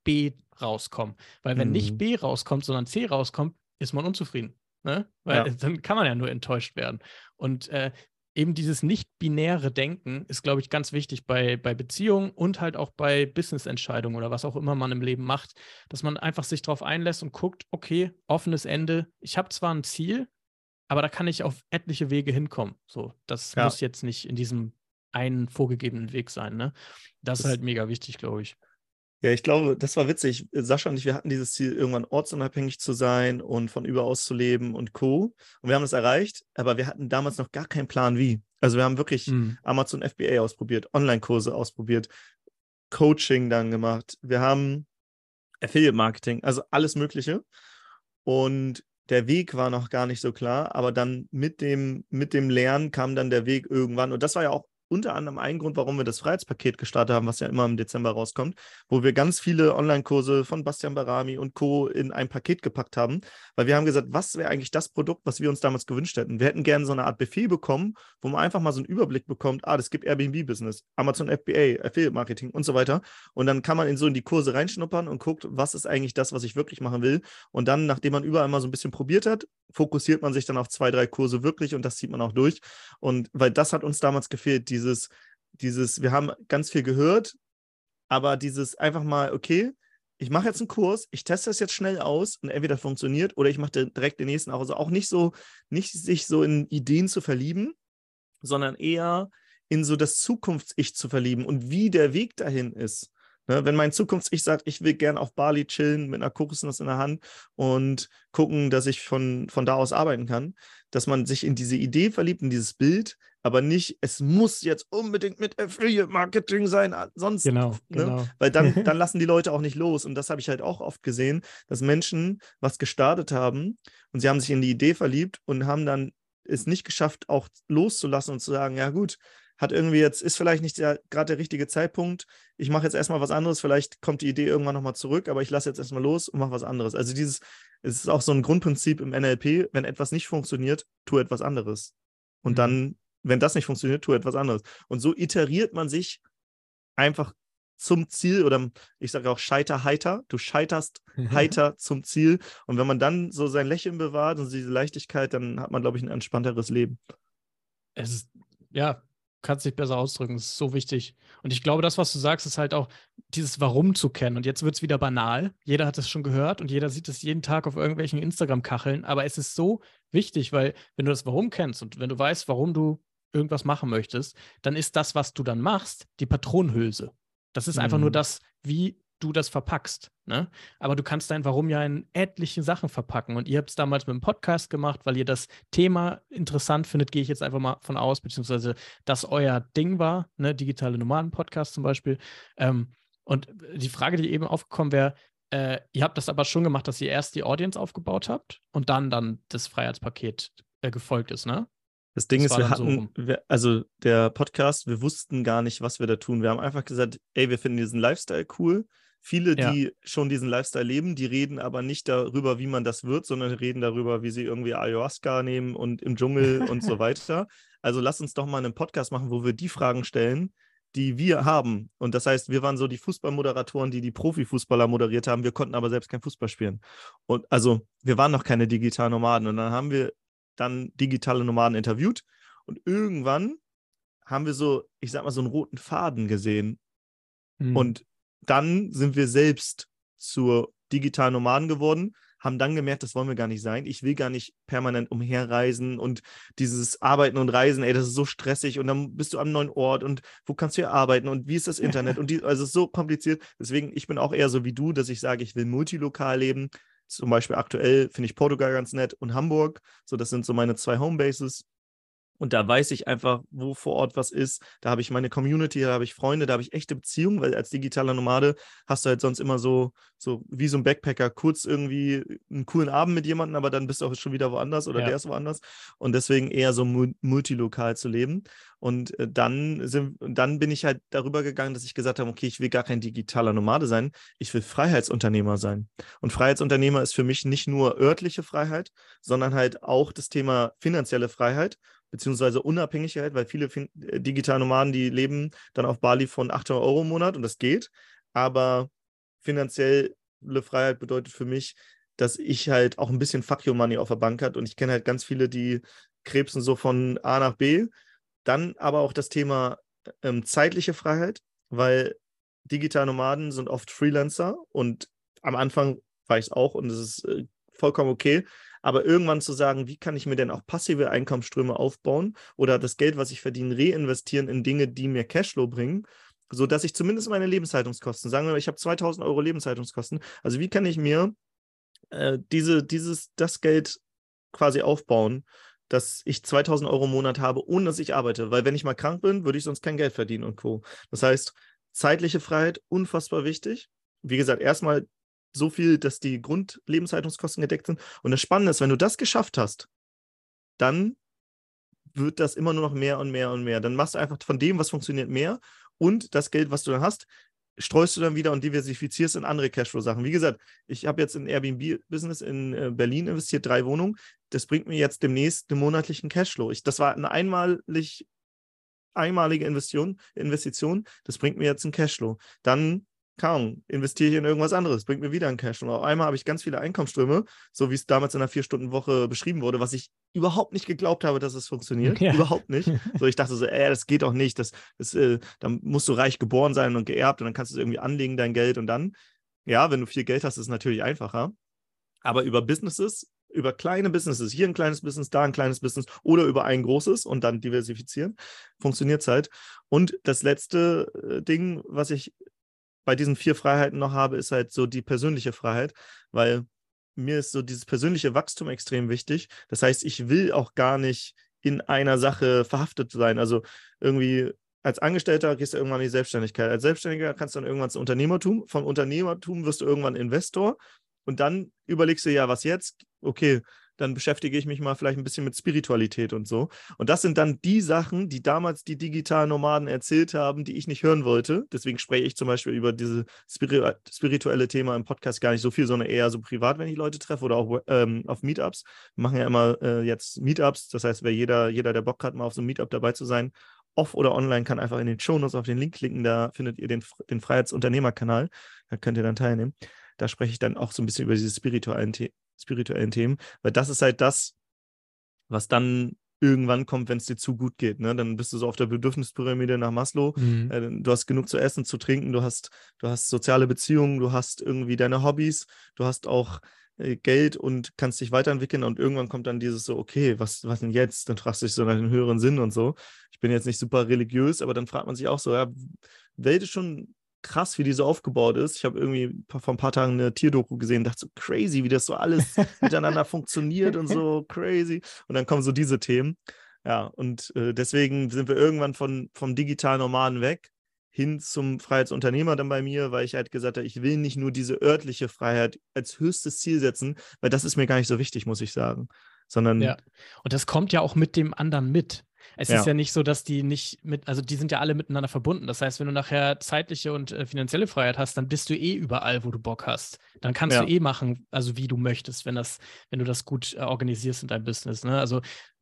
B rauskommen. Weil wenn nicht B rauskommt, sondern C rauskommt, ist man unzufrieden. Ne? Weil dann kann man ja nur enttäuscht werden. Und eben dieses nicht-binäre Denken ist, glaube ich, ganz wichtig bei Beziehungen und halt auch bei Business-Entscheidungen oder was auch immer man im Leben macht, dass man einfach sich darauf einlässt und guckt, okay, offenes Ende. Ich habe zwar ein Ziel, aber da kann ich auf etliche Wege hinkommen. So, das muss jetzt nicht in diesem einen vorgegebenen Weg sein. Ne? Das ist halt mega wichtig, glaube ich. Ja, ich glaube, das war witzig. Sascha und ich, wir hatten dieses Ziel, irgendwann ortsunabhängig zu sein und von überaus zu leben und Co. Und wir haben das erreicht, aber wir hatten damals noch gar keinen Plan, wie. Also wir haben wirklich Amazon FBA ausprobiert, Online-Kurse ausprobiert, Coaching dann gemacht. Wir haben Affiliate-Marketing, also alles Mögliche. Und der Weg war noch gar nicht so klar, aber dann mit dem Lernen kam dann der Weg irgendwann. Und das war ja auch unter anderem ein Grund, warum wir das Freiheitspaket gestartet haben, was ja immer im Dezember rauskommt, wo wir ganz viele Online-Kurse von Bastian Barami und Co. in ein Paket gepackt haben, weil wir haben gesagt, was wäre eigentlich das Produkt, was wir uns damals gewünscht hätten? Wir hätten gerne so eine Art Buffet bekommen, wo man einfach mal so einen Überblick bekommt, das gibt Airbnb-Business, Amazon FBA, Affiliate-Marketing und so weiter. Und dann kann man in die Kurse reinschnuppern und guckt, was ist eigentlich das, was ich wirklich machen will. Und dann, nachdem man überall mal so ein bisschen probiert hat, fokussiert man sich dann auf 2, 3 Kurse wirklich und das zieht man auch durch. Und weil das hat uns damals gefehlt, wir haben ganz viel gehört, aber dieses einfach mal, okay, ich mache jetzt einen Kurs, ich teste das jetzt schnell aus und entweder funktioniert oder ich mache direkt den nächsten auch. Also auch nicht sich so in Ideen zu verlieben, sondern eher in so das Zukunfts-Ich zu verlieben und wie der Weg dahin ist. Ne, wenn mein Zukunfts-Ich sagt, ich will gern auf Bali chillen mit einer Kokosnuss in der Hand und gucken, dass ich von da aus arbeiten kann, dass man sich in diese Idee verliebt, in dieses Bild, aber nicht, es muss jetzt unbedingt mit Affiliate-Marketing sein, sonst, Genau. Weil dann lassen die Leute auch nicht los. Und das habe ich halt auch oft gesehen, dass Menschen was gestartet haben und sie haben sich in die Idee verliebt und haben dann es nicht geschafft, auch loszulassen und zu sagen, ja gut, ist vielleicht nicht gerade der richtige Zeitpunkt, ich mache jetzt erstmal was anderes, vielleicht kommt die Idee irgendwann nochmal zurück, aber ich lasse jetzt erstmal los und mache was anderes. Also es ist auch so ein Grundprinzip im NLP, wenn etwas nicht funktioniert, tu etwas anderes. Und dann, wenn das nicht funktioniert, tu etwas anderes. Und so iteriert man sich einfach zum Ziel oder ich sage auch scheiter heiter, du scheiterst heiter zum Ziel und wenn man dann so sein Lächeln bewahrt und diese Leichtigkeit, dann hat man, glaube ich, ein entspannteres Leben. Es ist, kannst dich besser ausdrücken, das ist so wichtig. Und ich glaube, das, was du sagst, ist halt auch dieses Warum zu kennen. Und jetzt wird es wieder banal. Jeder hat es schon gehört und jeder sieht es jeden Tag auf irgendwelchen Instagram-Kacheln. Aber es ist so wichtig, weil wenn du das Warum kennst und wenn du weißt, warum du irgendwas machen möchtest, dann ist das, was du dann machst, die Patronenhülse. Das ist einfach nur das, wie du das verpackst. Ne? Aber du kannst dein Warum ja in etliche Sachen verpacken. Und ihr habt es damals mit dem Podcast gemacht, weil ihr das Thema interessant findet, gehe ich jetzt einfach mal von aus, beziehungsweise das euer Ding war, ne? Digitale Nomaden-Podcast zum Beispiel. Und die Frage, die eben aufgekommen wäre, ihr habt das aber schon gemacht, dass ihr erst die Audience aufgebaut habt und dann das Freiheitspaket gefolgt ist, ne? Das Ding ist, also der Podcast, wir wussten gar nicht, was wir da tun. Wir haben einfach gesagt, ey, wir finden diesen Lifestyle cool. Viele, die schon diesen Lifestyle leben, die reden aber nicht darüber, wie man das wird, sondern reden darüber, wie sie irgendwie Ayahuasca nehmen und im Dschungel und so weiter. Also lass uns doch mal einen Podcast machen, wo wir die Fragen stellen, die wir haben. Und das heißt, wir waren so die Fußballmoderatoren, die Profifußballer moderiert haben. Wir konnten aber selbst kein Fußball spielen. Und also wir waren noch keine digitalen Nomaden. Und dann haben wir digitale Nomaden interviewt und irgendwann haben wir so, ich sag mal, so einen roten Faden gesehen. Und dann sind wir selbst zur digitalen Nomaden geworden, haben dann gemerkt, das wollen wir gar nicht sein. Ich will gar nicht permanent umherreisen und dieses Arbeiten und Reisen, ey, das ist so stressig und dann bist du am neuen Ort und wo kannst du hier arbeiten und wie ist das Internet und also es ist so kompliziert. Deswegen, ich bin auch eher so wie du, dass ich sage, ich will multilokal leben. Zum Beispiel aktuell finde ich Portugal ganz nett und Hamburg. So, das sind so meine 2 Homebases. Und da weiß ich einfach, wo vor Ort was ist. Da habe ich meine Community, da habe ich Freunde, da habe ich echte Beziehungen, weil als digitaler Nomade hast du halt sonst immer so wie so ein Backpacker, kurz irgendwie einen coolen Abend mit jemandem, aber dann bist du auch schon wieder woanders oder der ist woanders. Und deswegen eher so multilokal zu leben. Und dann bin ich halt darüber gegangen, dass ich gesagt habe, okay, ich will gar kein digitaler Nomade sein, ich will Freiheitsunternehmer sein. Und Freiheitsunternehmer ist für mich nicht nur örtliche Freiheit, sondern halt auch das Thema finanzielle Freiheit, beziehungsweise Unabhängigkeit, weil viele digitale Nomaden, die leben dann auf Bali von 800 € im Monat und das geht, aber finanzielle Freiheit bedeutet für mich, dass ich halt auch ein bisschen Fuck Your Money auf der Bank hat und ich kenne halt ganz viele, die krebsen so von A nach B. Dann aber auch das Thema zeitliche Freiheit, weil digitale Nomaden sind oft Freelancer und am Anfang war ich es auch und es ist vollkommen okay. Aber irgendwann zu sagen, wie kann ich mir denn auch passive Einkommensströme aufbauen oder das Geld, was ich verdiene, reinvestieren in Dinge, die mir Cashflow bringen, sodass ich zumindest meine Lebenshaltungskosten, sagen wir mal, ich habe 2000 Euro Lebenshaltungskosten, also wie kann ich mir das Geld quasi aufbauen, dass ich 2000 Euro im Monat habe, ohne dass ich arbeite. Weil wenn ich mal krank bin, würde ich sonst kein Geld verdienen und Co. Das heißt, zeitliche Freiheit, unfassbar wichtig. Wie gesagt, erstmal so viel, dass die Grundlebenshaltungskosten gedeckt sind. Und das Spannende ist, wenn du das geschafft hast, dann wird das immer nur noch mehr und mehr und mehr. Dann machst du einfach von dem, was funktioniert, mehr. Und das Geld, was du dann hast, streust du dann wieder und diversifizierst in andere Cashflow-Sachen. Wie gesagt, ich habe jetzt in Airbnb-Business in Berlin investiert, 3 Wohnungen. Das bringt mir jetzt demnächst einen monatlichen Cashflow. Das war eine einmalige Investition. Das bringt mir jetzt einen Cashflow. Dann investiere ich in irgendwas anderes, bringt mir wieder einen Cashflow. Auf einmal habe ich ganz viele Einkommensströme, so wie es damals in einer 4-Stunden-Woche beschrieben wurde, was ich überhaupt nicht geglaubt habe, dass es funktioniert. Ja. Überhaupt nicht. So, ich dachte so, das geht doch nicht. Da musst du reich geboren sein und geerbt und dann kannst du es irgendwie anlegen, dein Geld. Und dann, ja, wenn du viel Geld hast, ist es natürlich einfacher. Aber über kleine Businesses, hier ein kleines Business, da ein kleines Business oder über ein großes und dann diversifizieren, funktioniert es halt. Und das letzte Ding, was ich bei diesen 4 Freiheiten noch habe, ist halt so die persönliche Freiheit, weil mir ist so dieses persönliche Wachstum extrem wichtig. Das heißt, ich will auch gar nicht in einer Sache verhaftet sein. Also irgendwie als Angestellter gehst du irgendwann in die Selbstständigkeit. Als Selbstständiger kannst du dann irgendwann zum Unternehmertum. Vom Unternehmertum wirst du irgendwann Investor und dann überlegst du, ja, was jetzt? Okay, dann beschäftige ich mich mal vielleicht ein bisschen mit Spiritualität und so. Und das sind dann die Sachen, die damals die digitalen Nomaden erzählt haben, die ich nicht hören wollte. Deswegen spreche ich zum Beispiel über dieses spirituelle Thema im Podcast gar nicht so viel, sondern eher so privat, wenn ich Leute treffe oder auch auf Meetups. Wir machen ja immer jetzt Meetups. Das heißt, jeder, der Bock hat, mal auf so einem Meetup dabei zu sein, off oder online, kann einfach in den Shownotes auf den Link klicken. Da findet ihr den Freiheitsunternehmerkanal. Da könnt ihr dann teilnehmen. Da spreche ich dann auch so ein bisschen über diese spirituellen Themen, weil das ist halt das, was dann irgendwann kommt, wenn es dir zu gut geht. Ne? Dann bist du so auf der Bedürfnispyramide nach Maslow. Du hast genug zu essen, zu trinken, du hast soziale Beziehungen, du hast irgendwie deine Hobbys, du hast auch Geld und kannst dich weiterentwickeln und irgendwann kommt dann dieses so, okay, was denn jetzt? Dann fragst du dich so nach dem höheren Sinn und so. Ich bin jetzt nicht super religiös, aber dann fragt man sich auch so, ja, Welt ist schon krass, wie die so aufgebaut ist. Ich habe irgendwie vor ein paar Tagen eine Tierdoku gesehen, dachte so crazy, wie das so alles miteinander funktioniert und so crazy. Und dann kommen so diese Themen. Ja, und deswegen sind wir irgendwann vom digitalen Nomaden weg hin zum Freiheitsunternehmer dann bei mir, weil ich halt gesagt habe, ich will nicht nur diese örtliche Freiheit als höchstes Ziel setzen, weil das ist mir gar nicht so wichtig, muss ich sagen. Sondern ja, und das kommt ja auch mit dem anderen mit. Es Ja. ist ja nicht so, dass die nicht also die sind ja alle miteinander verbunden. Das heißt, wenn du nachher zeitliche und finanzielle Freiheit hast, dann bist du überall, wo du Bock hast. Dann kannst Ja. du machen, also wie du möchtest, wenn du das gut organisierst in deinem Business. Ne? Also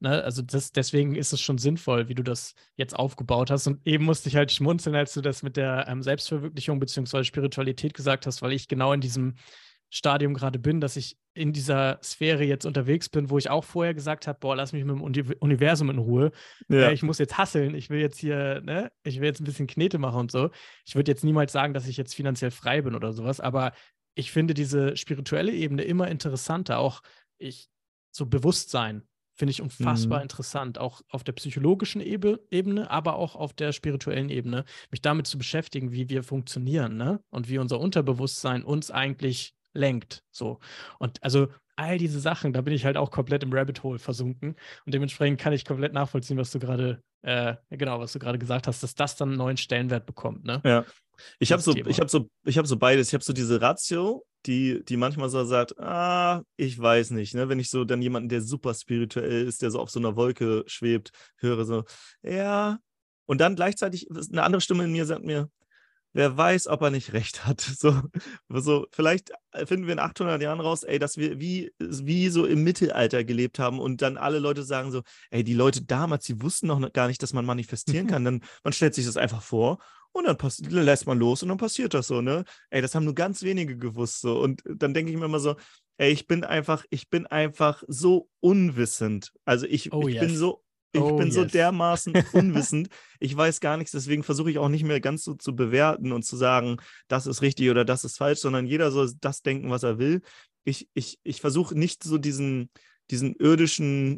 deswegen ist es schon sinnvoll, wie du das jetzt aufgebaut hast. Und eben musste ich halt schmunzeln, als du das mit der Selbstverwirklichung bzw. Spiritualität gesagt hast, weil ich genau in diesem Stadium gerade bin, dass ich in dieser Sphäre jetzt unterwegs bin, wo ich auch vorher gesagt habe, boah, lass mich mit dem Universum in Ruhe. Ja. Ich muss jetzt hustlen, ich will jetzt hier, ich will jetzt ein bisschen Knete machen und so. Ich würde jetzt niemals sagen, dass ich jetzt finanziell frei bin oder sowas, aber ich finde diese spirituelle Ebene immer interessanter, auch so Bewusstsein finde ich unfassbar interessant, auch auf der psychologischen Ebene, aber auch auf der spirituellen Ebene, mich damit zu beschäftigen, wie wir funktionieren, ne? Und wie unser Unterbewusstsein uns eigentlich lenkt. So. Und also all diese Sachen, da bin ich halt auch komplett im Rabbit Hole versunken. Und dementsprechend kann ich komplett nachvollziehen, was du gerade gesagt hast, dass das dann einen neuen Stellenwert bekommt, ne? Ja. Ich habe so Thema. beides. Ich habe so diese Ratio, die manchmal so sagt, ich weiß nicht, ne? Wenn ich so dann jemanden, der super spirituell ist, der so auf so einer Wolke schwebt, höre so, ja. Und dann gleichzeitig eine andere Stimme in mir sagt mir, wer weiß, ob er nicht recht hat. So vielleicht finden wir in 800 Jahren raus, dass wir wie so im Mittelalter gelebt haben und dann alle Leute sagen so, die Leute damals, die wussten noch gar nicht, dass man manifestieren kann. Dann man stellt sich das einfach vor Und dann lässt man los und dann passiert das so, ne? Ey, das haben nur ganz wenige gewusst so. Und dann denke ich mir immer so, ey, ich bin einfach so unwissend. Also Oh ich bin yes. so, ich Oh bin so yes. dermaßen unwissend. Ich weiß gar nichts, deswegen versuche ich auch nicht mehr ganz so zu bewerten und zu sagen, das ist richtig oder das ist falsch, sondern jeder soll das denken, was er will. Ich versuche nicht so diesen irdischen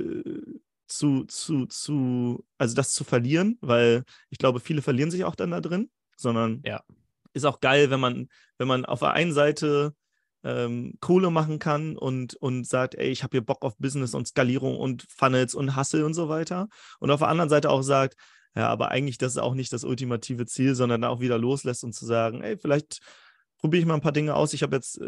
also das zu verlieren, weil ich glaube, viele verlieren sich auch dann da drin, sondern Ja. ist auch geil, wenn man auf der einen Seite Kohle machen kann und sagt, ey, ich habe hier Bock auf Business und Skalierung und Funnels und Hustle und so weiter. Und auf der anderen Seite auch sagt, ja, aber eigentlich das ist auch nicht das ultimative Ziel, sondern auch wieder loslässt und zu sagen, ey, vielleicht probiere ich mal ein paar Dinge aus. Ich habe jetzt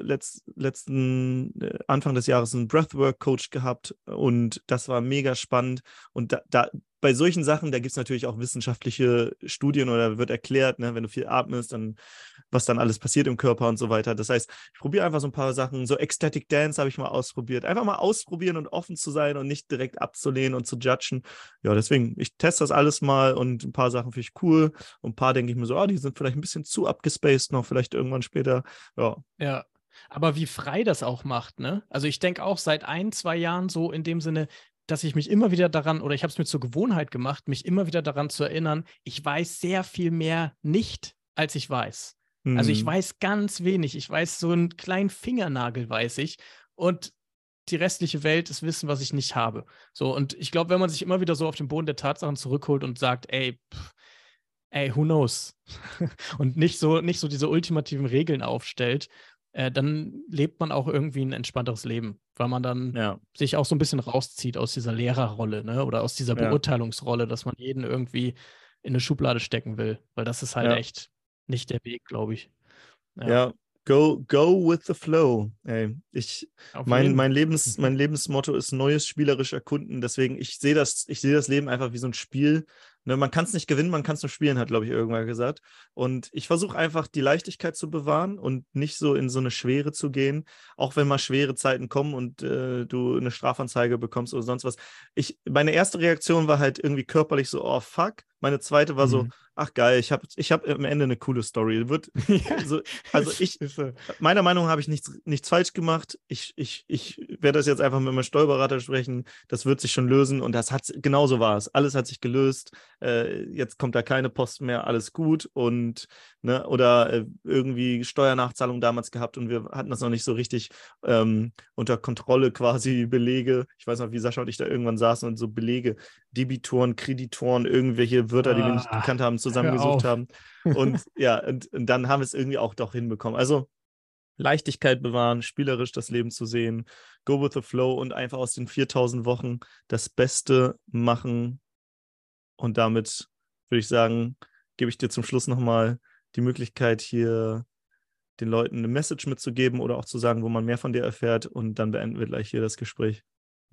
Anfang des Jahres einen Breathwork-Coach gehabt und das war mega spannend. Und bei solchen Sachen, da gibt es natürlich auch wissenschaftliche Studien oder wird erklärt, ne, wenn du viel atmest, dann was dann alles passiert im Körper und so weiter. Das heißt, ich probiere einfach so ein paar Sachen. So Ecstatic Dance habe ich mal ausprobiert. Einfach mal ausprobieren und offen zu sein und nicht direkt abzulehnen und zu judgen. Ja, deswegen, ich teste das alles mal und ein paar Sachen finde ich cool und ein paar denke ich mir so, die sind vielleicht ein bisschen zu abgespaced noch, vielleicht irgendwann später. Ja. Ja. Aber wie frei das auch macht, ne? Also ich denke auch seit 1, 2 Jahren so in dem Sinne, dass ich mich immer wieder daran, oder ich habe es mir zur Gewohnheit gemacht, mich immer wieder daran zu erinnern, ich weiß sehr viel mehr nicht, als ich weiß. Also ich Hm. weiß ganz wenig. Ich weiß so einen kleinen Fingernagel, weiß ich. Und die restliche Welt ist Wissen, was ich nicht habe. So, und ich glaube, wenn man sich immer wieder so auf den Boden der Tatsachen zurückholt und sagt, ey, who knows? Und nicht so diese ultimativen Regeln aufstellt, dann lebt man auch irgendwie ein entspannteres Leben, weil man dann Ja, sich auch so ein bisschen rauszieht aus dieser Lehrerrolle, ne? Oder aus dieser ja, Beurteilungsrolle, dass man jeden irgendwie in eine Schublade stecken will, weil das ist halt ja. echt nicht der Weg, glaube ich. Ja, Ja, go with the flow. Ey, auf mein, jeden. mein mein Lebensmotto ist Neues spielerisch erkunden. Deswegen, ich sehe das Leben einfach wie so ein Spiel. Ne, man kann es nicht gewinnen, man kann es nur spielen, hat, glaube ich, irgendwann gesagt. Und ich versuche einfach, die Leichtigkeit zu bewahren und nicht so in so eine Schwere zu gehen, auch wenn mal schwere Zeiten kommen und du eine Strafanzeige bekommst oder sonst was. Meine erste Reaktion war halt irgendwie körperlich so, oh fuck. Meine zweite war so, Mhm. ach geil, ich hab am Ende eine coole Story. Ja, So, also ist so. meiner Meinung nach habe ich nichts falsch gemacht. Ich werde das jetzt einfach mit meinem Steuerberater sprechen. Das wird sich schon lösen und genauso war es. Alles hat sich gelöst. Jetzt kommt da keine Post mehr, alles gut und ne, oder irgendwie Steuernachzahlung damals gehabt und wir hatten das noch nicht so richtig unter Kontrolle quasi Belege. Ich weiß noch, wie Sascha und ich da irgendwann saßen und so Belege, Debitoren, Kreditoren, irgendwelche Wörter, die wir nicht gekannt haben, Hör zusammengesucht auf. haben. Und ja, und dann haben wir es irgendwie auch doch hinbekommen. Also Leichtigkeit bewahren, spielerisch das Leben zu sehen, go with the flow und einfach aus den 4000 Wochen das Beste machen. Und damit würde ich sagen, gebe ich dir zum Schluss nochmal die Möglichkeit, hier den Leuten eine Message mitzugeben oder auch zu sagen, wo man mehr von dir erfährt. Und dann beenden wir gleich hier das Gespräch.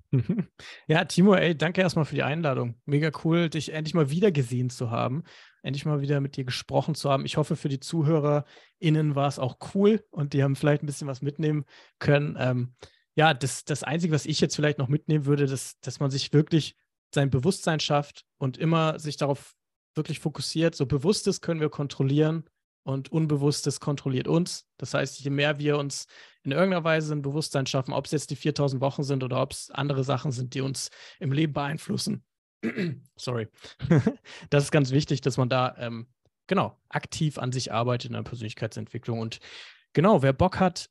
Ja, Timo, ey, danke erstmal für die Einladung. Mega cool, dich endlich mal wieder gesehen zu haben, endlich mal wieder mit dir gesprochen zu haben. Ich hoffe, für die ZuhörerInnen war es auch cool und die haben vielleicht ein bisschen was mitnehmen können. Ja, das Einzige, was ich jetzt vielleicht noch mitnehmen würde, dass man sich wirklich sein Bewusstsein schafft und immer sich darauf wirklich fokussiert. So Bewusstes können wir kontrollieren und Unbewusstes kontrolliert uns. Das heißt, je mehr wir uns in irgendeiner Weise ein Bewusstsein schaffen, ob es jetzt die 4000 Wochen sind oder ob es andere Sachen sind, die uns im Leben beeinflussen. Sorry. Das ist ganz wichtig, dass man da genau aktiv an sich arbeitet in der Persönlichkeitsentwicklung. Und genau, wer Bock hat,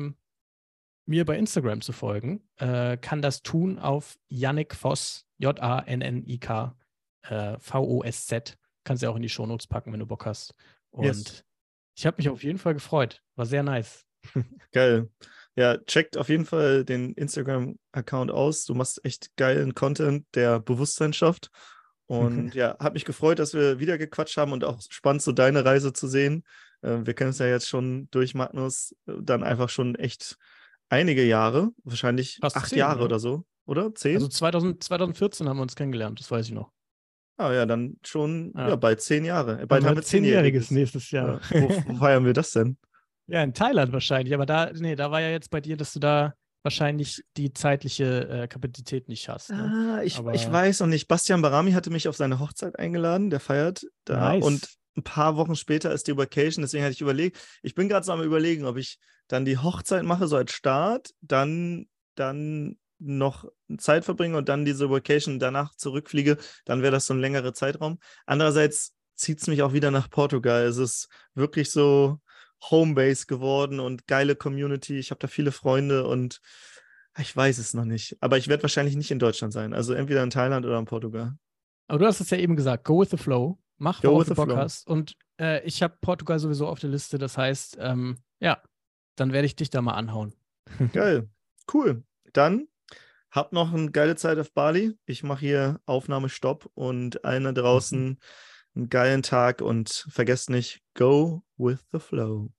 mir bei Instagram zu folgen, kann das tun auf Yannick Voss, Jannik Vosz. Kannst du ja auch in die Shownotes packen, wenn du Bock hast. Yes. Und ich habe mich auf jeden Fall gefreut. War sehr nice. Geil. Ja, checkt auf jeden Fall den Instagram-Account aus. Du machst echt geilen Content, der Bewusstsein schafft. Und ja, hat mich gefreut, dass wir wieder gequatscht haben und auch spannend, so deine Reise zu sehen. Wir kennen es ja jetzt schon durch Magnus, dann einfach schon echt einige Jahre, wahrscheinlich Fast 8 10, Jahre ja. oder so, oder? Also 10? 2014 haben wir uns kennengelernt, das weiß ich noch. Ah ja, dann schon, ja, Ja. bald 10 Jahre. Haben Bald haben wir wir 10-Jähriges 10-Jähriges. nächstes Jahr. Ja. Wo feiern wir das denn? Ja, in Thailand wahrscheinlich. Aber da war ja jetzt bei dir, dass du da wahrscheinlich die zeitliche Kapazität nicht hast. Ne? Ich Aber weiß noch nicht. Bastian Barami hatte mich auf seine Hochzeit eingeladen, der feiert da. Und nice. ein paar Wochen später ist die Vacation, deswegen hatte ich überlegt, ich bin gerade so am Überlegen, ob ich dann die Hochzeit mache, so als Start, dann noch Zeit verbringe und dann diese Vacation danach zurückfliege, dann wäre das so ein längerer Zeitraum. Andererseits zieht es mich auch wieder nach Portugal. Es ist wirklich so Homebase geworden und geile Community. Ich habe da viele Freunde und ich weiß es noch nicht. Aber ich werde wahrscheinlich nicht in Deutschland sein. Also entweder in Thailand oder in Portugal. Aber du hast es ja eben gesagt, go with the flow. Mach, Go worauf with du the Bock flow. hast. Und ich habe Portugal sowieso auf der Liste. Das heißt, ja, dann werde ich dich da mal anhauen. Geil. Cool. Dann habt noch eine geile Zeit auf Bali. Ich mache hier Aufnahmestopp und allen da draußen einen geilen Tag und vergesst nicht, go with the flow.